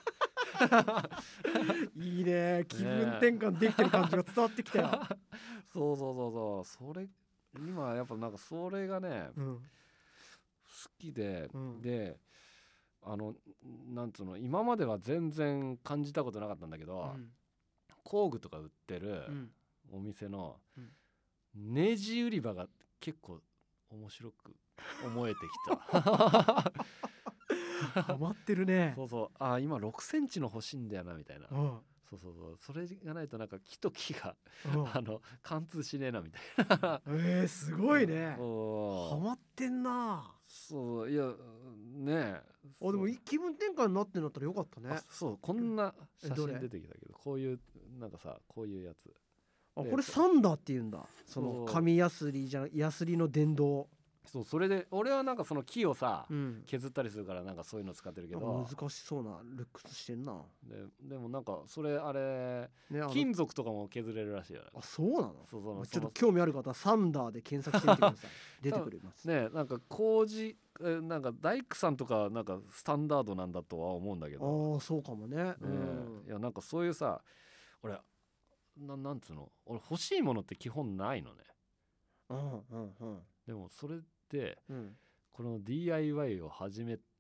ないいね気分転換できてる感じが伝わってきたよ、ね、 そうそうそうそうそれ今やっぱなんかそれがね、うん、好きで、うん、であのなんつうの今までは全然感じたことなかったんだけど、うん、工具とか売ってるお店のネジ売り場が結構面白く思えてきたハマってるね。 そうそうあ今ろくセンチの欲しいんだよなみたいな、うんそうそうそうそれがないとなんか木と木が、うん、あの貫通しねえなみたいなえー、すごいねハマってんな。 そういやねあでも気分転換になってんだったらよかったね。 そうこんな写真出てきたけどこういうなんかさこういうやつあこれサンダーって言うんだ。その紙ヤスリじゃヤスリの電動。 そうそれで俺はなんかその木をさ、うん、削ったりするからなんかそういうの使ってるけど難しそうなルックスしてんな。 で, でもなんかそれあれ、ね、あ金属とかも削れるらしいよね。 あそうなの。そうそうちょっと興味ある方はサンダーで検索してみてください出てくれますね。なんか工事なんか大工さんとかなんかスタンダードなんだとは思うんだけどああそうかも ね, ね、 うん、いやなんかそういうさ俺 な, なんつうの俺欲しいものって基本ないのね。うんうんうんでもそれで、うん、この ディーアイワイ を始め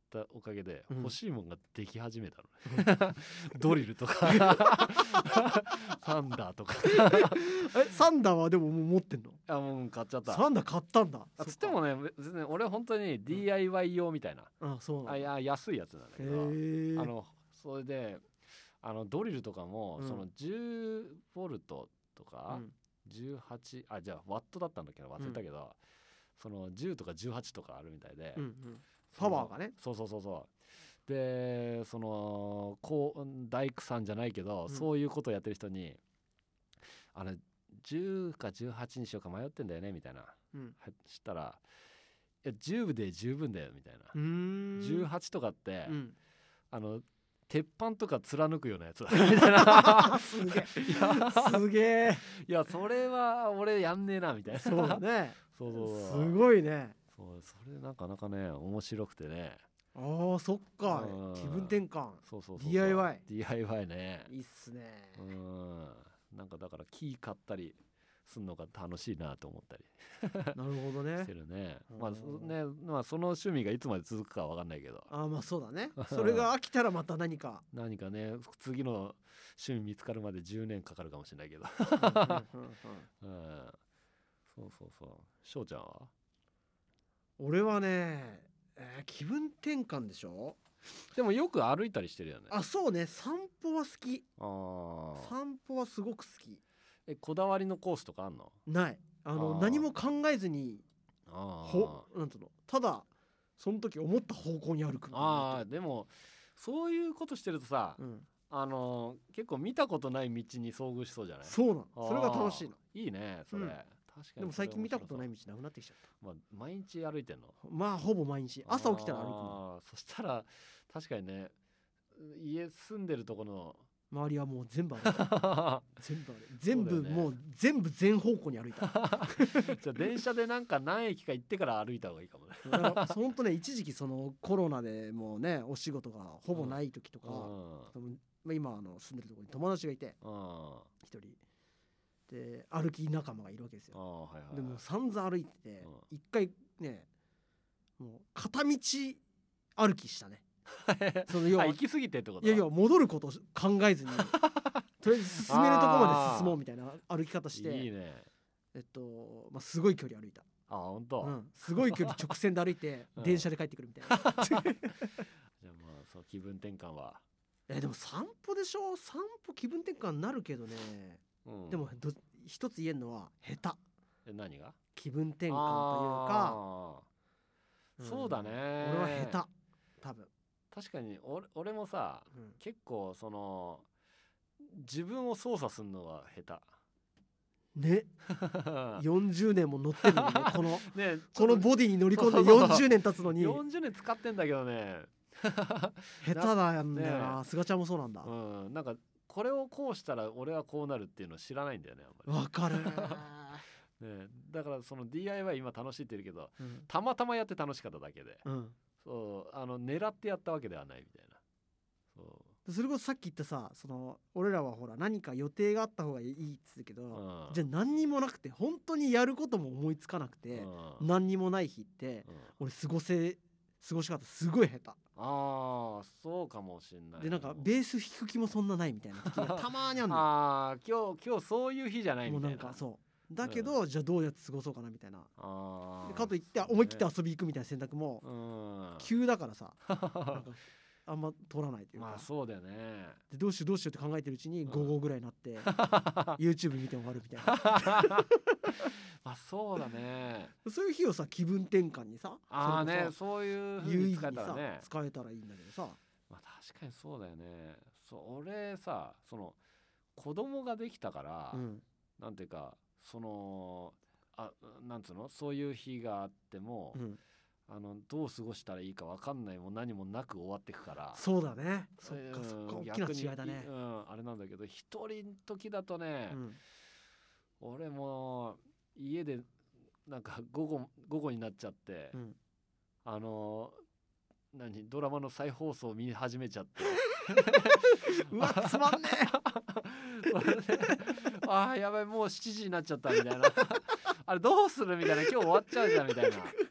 たおかげでうん欲しいもんができ始めたの、ドリルとかサンダーとかえサンダーはでももう持ってんの？ あもう買っちゃったサンダー買ったんだ。 あつってもね別に俺本当に ディーアイワイ 用みたいな、 あそうなんだ。 あいや安いやつなんだけど、 へーあのそれであのドリルとかも、 うんそのじゅうボルトとか、 うんじゅうはちあじゃあワットだったんだけど忘れたけど、そのじゅうとかじゅうはちとかあるみたいで、 うんうん、パワーがね。 そうそうそうそうでそのこう大工さんじゃないけど、 うんそういうことをやってる人にあのじゅうかじゅうはちにしようか迷ってんだよねみたいな、 うんしたらいやじゅうで十分だよみたいな、 うーんじゅうはちとかって、 うんあの鉄板とか貫くようなやつだみたいなすげえいやすげえいやそれは俺やんねえなみたいなそうだねそうそうそうすごいね。 そうそれなかなかね面白くてねあーそっかうん気分転換そうそうそうそうディーアイワイディーアイワイ ねいいっすね。 うんなんかだから木買ったりすんのが楽しいなと思ったりなるほどねして。るねうんまあそねまあその趣味がいつまで続くかは分かんないけどあーまあそうだね。それが飽きたらまた何か何かね次の趣味見つかるまでじゅうねんかかるかもしれないけどうんうんうんうんそうそうそう翔ちゃんは俺はね、えー気分転換でしょ。 でもよく歩いたりしてるよねあそうね散歩は好き。 あー散歩はすごく好き。 えこだわりのコースとかあんのないあのあー何も考えずにあほなんつうのただその時思った方向に歩くみたいなあーでもそういうことしてるとさ、 うん、 あのー結構見たことない道に遭遇しそうじゃないそうなのそれが楽しいの。 いいねそれ、 うん確かにでも最近見たことない道、 道なくなってきちゃっまあ、毎日歩いてんのた。まあほぼ毎日朝起きたら歩くの。 あーそしたら確かにね家住んでるところ周りはもう全部歩いたの全部歩いた全部、 そうだよねもう全部全方向に歩いた。 じゃあ電車でなんか何駅か行ってから歩いた方がいいかもねだからほんとね一時期そのコロナでもうねお仕事がほぼない時とか、 うんそのまあ、今あの住んでるところに友達がいてうん一人で歩き仲間がいるわけですよ。 あーはいはいでも散々歩いててうん一回ねもう片道歩きしたね。その要はあ行き過ぎてってこといやいや戻ることを考えずにとりあえず進めるとこまで進もうみたいな歩き方していいねえっとまあすごい距離歩いた。 あ本当、 うん、すごい距離直線で歩いてうん電車で帰ってくるみたいな。 じゃあまあそう気分転換は、 えでも散歩でしょ。散歩気分転換になるけどね、 うん、 でもど一つ言えるのは下手え何が気分転換というか、 あーんそうだね俺は下手多分、 確かに俺俺もさうん結構その自分を操作するのは下ね手よんじゅうねんも乗ってるのにねこのねこのボディに乗り込んでそうそうそうよんじゅうねん経つのによんじゅうねん使ってんだけどね下手だやんだよな。 ねすがちゃんもそうなんだ。 うんなんかこれをこうしたら俺はこうなるっていうのを知らないんだよねあんまわかる、 りねだからその ディーアイワイ 今楽しいって言うけどうんたまたまやって楽しかっただけでうん、 そうあの狙ってやったわけではないみたいなそそれこそさっき言ったさその俺らはほら何か予定があった方がいいっつってけど、 う、うん、 じゃあ何にもなくて本当にやることも思いつかなくて、 うん何にもない日ってうん俺過ごせ過ごし方すごい下手ああそうかもしんないでなんかベース弾く気もそんなないみたいな時がたまーにあるのああ今日今日そういう日じゃないもうみたなないんかそうだけど、じゃあどうやって過ごそうかなみたいなあーでかといってそうね思い切って遊び行くみたいな選択もうん急だからさなんかあんま通らないというか、 まあそうだよねでどうしようどうしようって考えてるうちにうんごごぐらいになって YouTube 見て終わるみたいなまあそうだねそういう日をさ気分転換にさああねそれこそそういう風に使え有意義にさたらね使えたらいいんだけどさまあ確かにそうだよねそう俺さその子供ができたから、 うんなんていうかそのあなんつうのそういう日があっても、 うんあのどう過ごしたらいいか分かんないも何もなく終わってくからそうだねそっかうんそっか大きな逆に違いだねうん、あれなんだけど一人の時だとね、 うん俺も家でなんか午後午後になっちゃって、 うんあの何ドラマの再放送を見始めちゃってうわつまんねそれであーやばいもうしちじになっちゃったみたいなあれどうするみたいな今日終わっちゃうじゃんみたいなで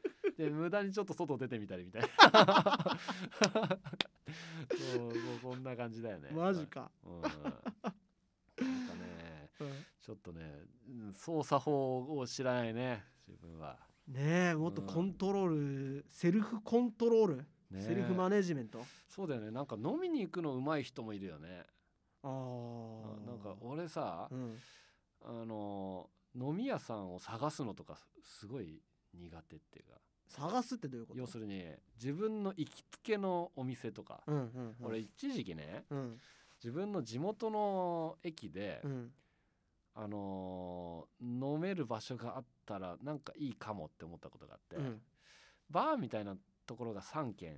で無駄にちょっと外出てみたりみたいなそうそうそんな感じだよね。 マジか、 うん、なんかね、 うん、 ちょっとね操作法を知らないね自分は。 ねえもっとコントロール、うん、セルフコントロール、ね、セルフマネジメント。 そうだよね。なんか飲みに行くの上手い人もいるよね。 ああなんか俺さ、 うん、 あの飲み屋さんを探すのとかすごい苦手っていうか。 探すってどういうこと？ 要するに自分の行きつけのお店とか、 うんうんうん、 俺一時期ね、 うん、 自分の地元の駅で、 うん、 あのー、飲める場所があったらなんかいいかもって思ったことがあって、うん、バーみたいなところがさんけんあって、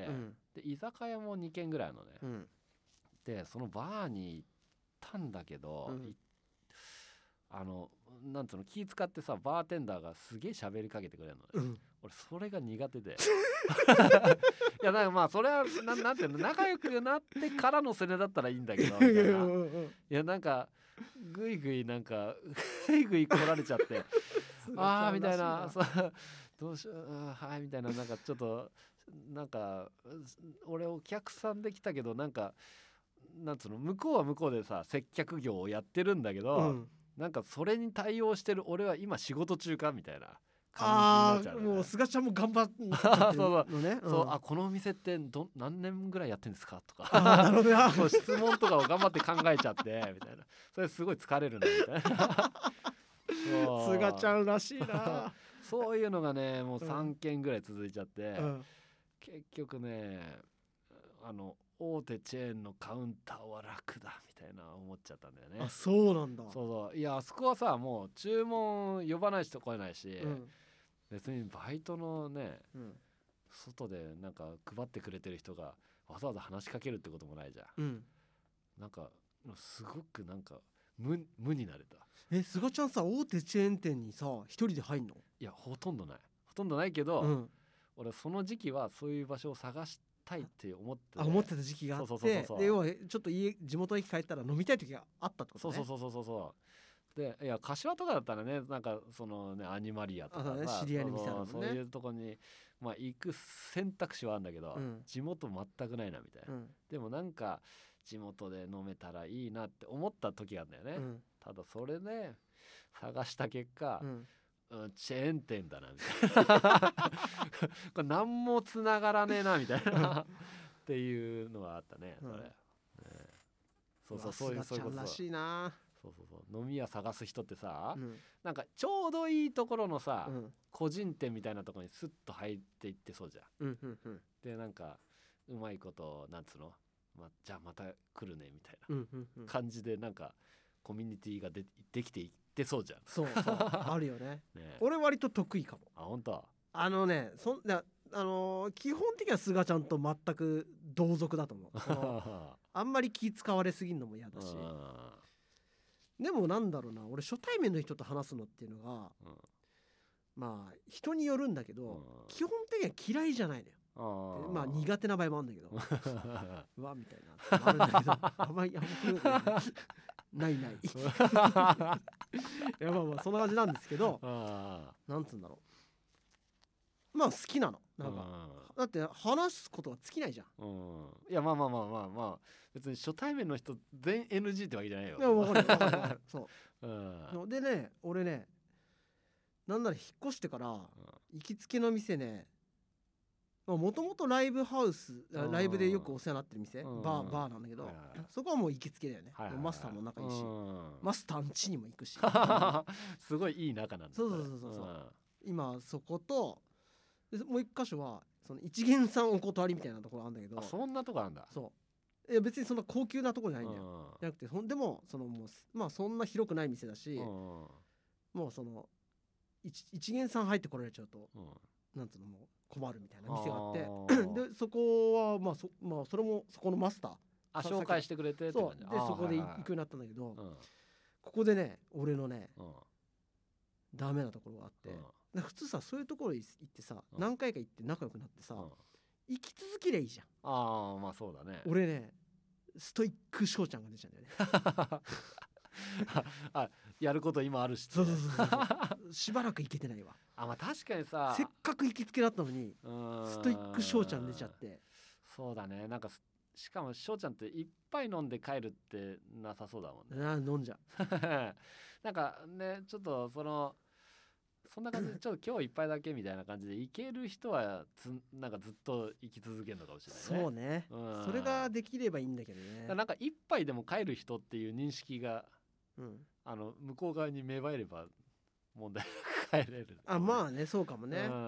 うん、で居酒屋もにけんぐらいあるのね、うん、でそのバーに行ったんだけど、うん、あのなんつうの気使ってさバーテンダーがすげえ喋りかけてくれるのね、うん、俺それが苦手でいやなんかまあそれは な, なんていうの仲良くなってからのそれだったらいいんだけどみたいな。いやなんかぐいぐいなんかぐいぐい来られちゃってあーみたいなどうしようはいみたいななんかちょっとなんか俺お客さんできたけどなんかなんつうの向こうは向こうでさ接客業をやってるんだけど、うん、なんかそれに対応してる俺は今仕事中かみたいな感じになっちゃう、ね、 あもう菅ちゃんも頑張ってるのねそうそう、うん、そうあこのお店ってど何年ぐらいやってるんですかとかなるほどそう質問とかを頑張って考えちゃってみたいなそれすごい疲れるなみたいな菅ちゃんらしいなそういうのがねもうさんけんぐらい続いちゃって、うん、結局ねあの大手チェーンのカウンターは楽だみたいな思っちゃったんだよね。 あそうなんだ。 そうそういやあそこはさもう注文呼ばない人来れないし、うん、別にバイトのね、うん、外でなんか配ってくれてる人がわざわざ話しかけるってこともないじゃん、うん、なんかすごくなんか 無, 無になれた。 え菅ちゃんさ大手チェーン店にさ一人で入んの？ いやほとんどないほとんどないけど、うん、俺その時期はそういう場所を探してたいって思って、 あ思ってた時期があって、で要はちょっと家地元駅帰ったら飲みたい時があったってことね。 そうそうそうそうそうでいや柏とかだったらねなんかそのねアニマリアとかさ、 ね、知り合いの店あるもんね。 そういうとこにまあ行く選択肢はあるんだけど、うん、地元全くないなみたいな、うん、でもなんか地元で飲めたらいいなって思った時があるんだよね、うん、ただそれで探した結果、うんうん、チェーン店だなみたいなこれ何もつながらねえなみたいなっていうのはあったね、それ、うんね、そうそうそういうそういうことらしいな。 そうそうそう飲み屋探す人ってさ、うん、なんかちょうどいいところのさ、うん、個人店みたいなところにスッと入っていってそうじゃん、うんうんうん、でなんかうまいことなんつうの、ま、じゃあまた来るねみたいな感じでなんかコミュニティが で, できていってそうじゃん。 そうそうあるよ ね, ね俺割と得意かも。 あ本当。 あのねそんなあのー、基本的には菅ちゃんと全く同族だと思うあんまり気使われすぎるのも嫌だしでもなんだろうな俺初対面の人と話すのっていうのが、うん、まあ人によるんだけど、うん、基本的には嫌いじゃないのよ。まあ苦手な場合もあるんだけどうわみたいなあるんだけどあんまりあんまりないないいやまあまあそんな感じなんですけどなんつうんだろうまあ好きなのなんかだって話すことは尽きないじゃん、うん、 いやまあまあまあまあまあ別に初対面の人全 エヌジー ってわけじゃないよ。 いや分かる分かる分かるそう、うん、でね俺ねなんなら引っ越してから行きつけの店ねもともとライブハウスライブでよくお世話になってる店バー、バーなんだけど、はいはい、そこはもう行きつけだよね、はいはいはい、マスターも仲いいしマスターの家にも行くしすごいいい仲なんだ。 そうそうそうそう、うん、今そこともう一箇所はその一元さんお断りみたいなところあるんだけど。 あそんなとこあるんだ。 そういや別にそんな高級なところじゃないんだよ、うん、じゃなくてほんでもそのもうまあそんな広くない店だし、うん、もうその 一, 一元さん入ってこられちゃうと、うん、なんつうのもう困るみたいな店があってでそこはまあ そ,、まあ、それもそこのマスターあ紹介してくれてって感じ。そうでそこで行くようになったんだけど、はいはいはい、ここでね俺のね、うん、ダメなところがあって、うん、普通さそういうところ行ってさ、うん、何回か行って仲良くなってさ、うん、生き続けりゃいいじゃん。 ああまあそうだね。 俺ねストイック翔ちゃんが出ちゃうんだよねあやること今あるし、 そうそうそうそうしばらく行けてないわ。 あ、まあ確かにさ、 せっかく行きつけだったのにストイック翔ちゃん出ちゃって。 そうだね、なんかしかも翔ちゃんっていっぱい飲んで帰るってなさそうだもんね。 あ飲んじゃなんかね、ちょっとそのそんな感じでちょっと今日一杯だけみたいな感じで行ける人はつなんかずっと生き続けるのかもしれないね。 そうね、うん、それができればいいんだけどね。 なんか一杯でも帰る人っていう認識が、 うん、 あの向こう側に芽生えれば問題なく帰れる。 あ、まあね、そうかもね。 うん、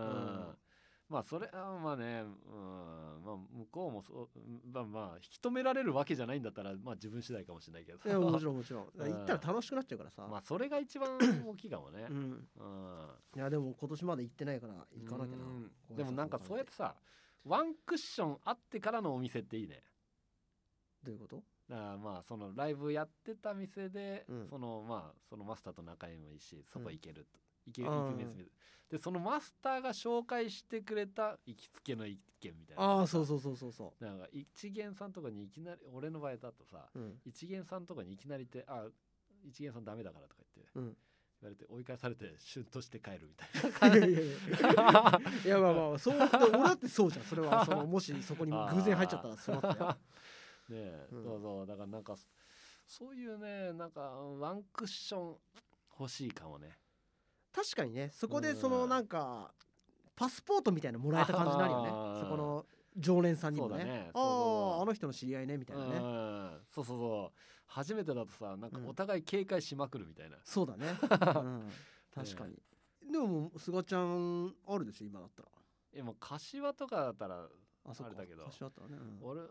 まあそれはまあね、うん、まあ向こうもそう、まあまあ引き止められるわけじゃないんだったら、まあ自分次第かもしれないけど。 いやもちろんもちろん。行ったら楽しくなっちゃうからさ。 まあそれが一番大きいかもね。うん。うん、 いやでも今年まで行ってないから行かなきゃな。 でもなんかそうやってさ、ワンクッションあってからのお店っていいね。 どういうこと？ だからまあそのライブやってた店で、 うん、そのまあそのマスターと仲良いもいいし、そこ行けると。うん行け行く店で、そのマスターが紹介してくれた行きつけの一軒みたいな。 ああ、そうそうそうそうそう。 なんか一元さんとかにいきなり、俺の場合だとさ、うん、一元さんとかにいきなりってあ一元さんダメだからとか言って、うん、言われて追い返されてシュンとして帰るみたいな感じ。いやいやいやまあまあそう俺だってそうじゃん。それはそのもしそこに偶然入っちゃったらそうなったよ。ねえ、うん、そうそう、だからなんかそういうね、なんかワンクッション欲しいかもね。 確かにね、そこでそのなんかパスポートみたいなのもらえた感じになるよね。そこの常連さんにも ね, ねあああの人の知り合いねみたいなね。 そうそうそう、初めてだとさ、なんかお互い警戒しまくるみたいな、うん、 そうだね、うん、確かに、ね、でも菅ちゃんあるでしょ今だったら。 えもう柏とかだったらあれだけど、 柏だったらね、うん、 俺、うん、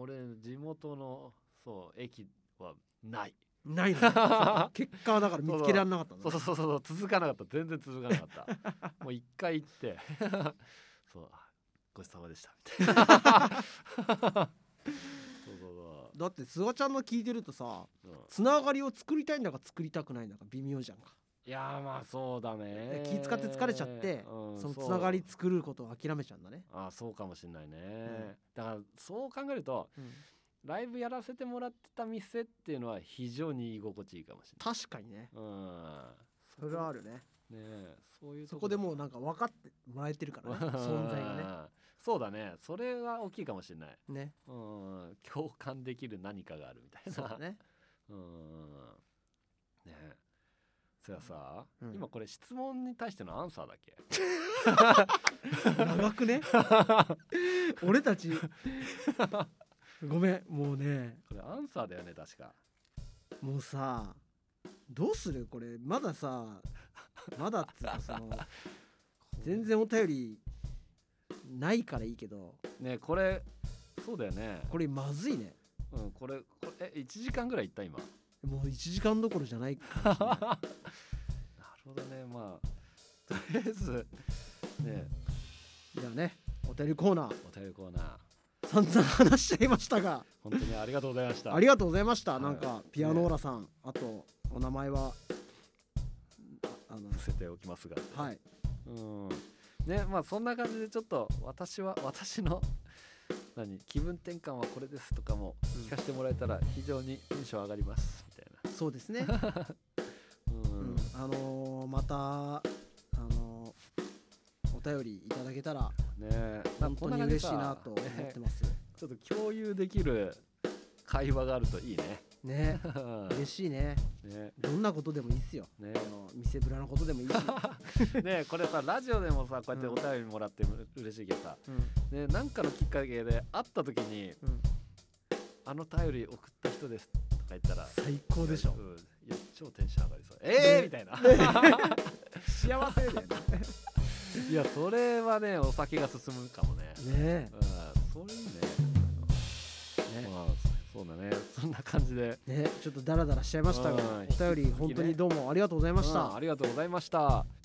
俺地元のそう駅はないないの、ね、結果はだから見つけられなかったの、 ね、そうそうそう、続かなかった、全然続かなかったもう一回行ってそうごちそうさまでしたみたいなそうそうそう、 だって菅ちゃんの聞いてるとさ、うん、つながりを作りたいんだか作りたくないんだか微妙じゃんか。 いやまあそうだね、 気使って疲れちゃって、うん、そのつながり作ることを諦めちゃうんだね。 ああそうかもしれないね、うん、だからそう考えると、うん、ライブやらせてもらってた店っていうのは非常に居心地いいかもしれない。 確かにね、 うん、 それはあるね。 ねえ、そういうとこそこでもうなんか分かってもらえてるからね存在がね。 そうだね、それが大きいかもしれないね、 うん、共感できる何かがあるみたいな。 そうだね、 うんねえ、それはさ、うん、今これ質問に対してのアンサーだっけ長くね俺たちごめん、もうねこれアンサーだよね確か。 もうさどうするこれ、まださまだっつうかその全然お便りないからいいけどね、これそうだよね、 これまずいね。 うん、これこれえいちじかんぐらいいった今。 もういちじかんどころじゃないかもしれないなるほどね、まあとりあえずね、 じゃあね、お便りコーナーお便りコーナー散々話しちゃいましたが本当にありがとうございましたありがとうございました、はい、なんかピアノーラさん、ね、あとお名前はあの伏せておきますが、 はい、 うんね、まあそんな感じでちょっと私は私の何気分転換はこれですとかも聞かせてもらえたら非常にテンション上がりますみたいな。 そうですね、うんうん、あのー、また、あのー、お便りいただけたらね本当に嬉しいなと思ってます、ね、 ちょっと共有できる会話があるといいね。 ね嬉しい ね, ねどんなことでもいいっすよ、ね、あの店ぶらのことでもいいしねこれさラジオでもさこうやってお便りもらって嬉しいけどさ、うんね、なんかのきっかけで会った時に、うん、あの便り送った人ですとか言ったら最高でしょ、 うん、いや超テンション上がりそうえーみたいな幸せだよねいやそれはねお酒が進むかもね。 ね、 うん、それいいね。ね、まあそうだね、そんな感じでね、ちょっとダラダラしちゃいましたが、お便り本当にどうもありがとうございました、 うん、ありがとうございました。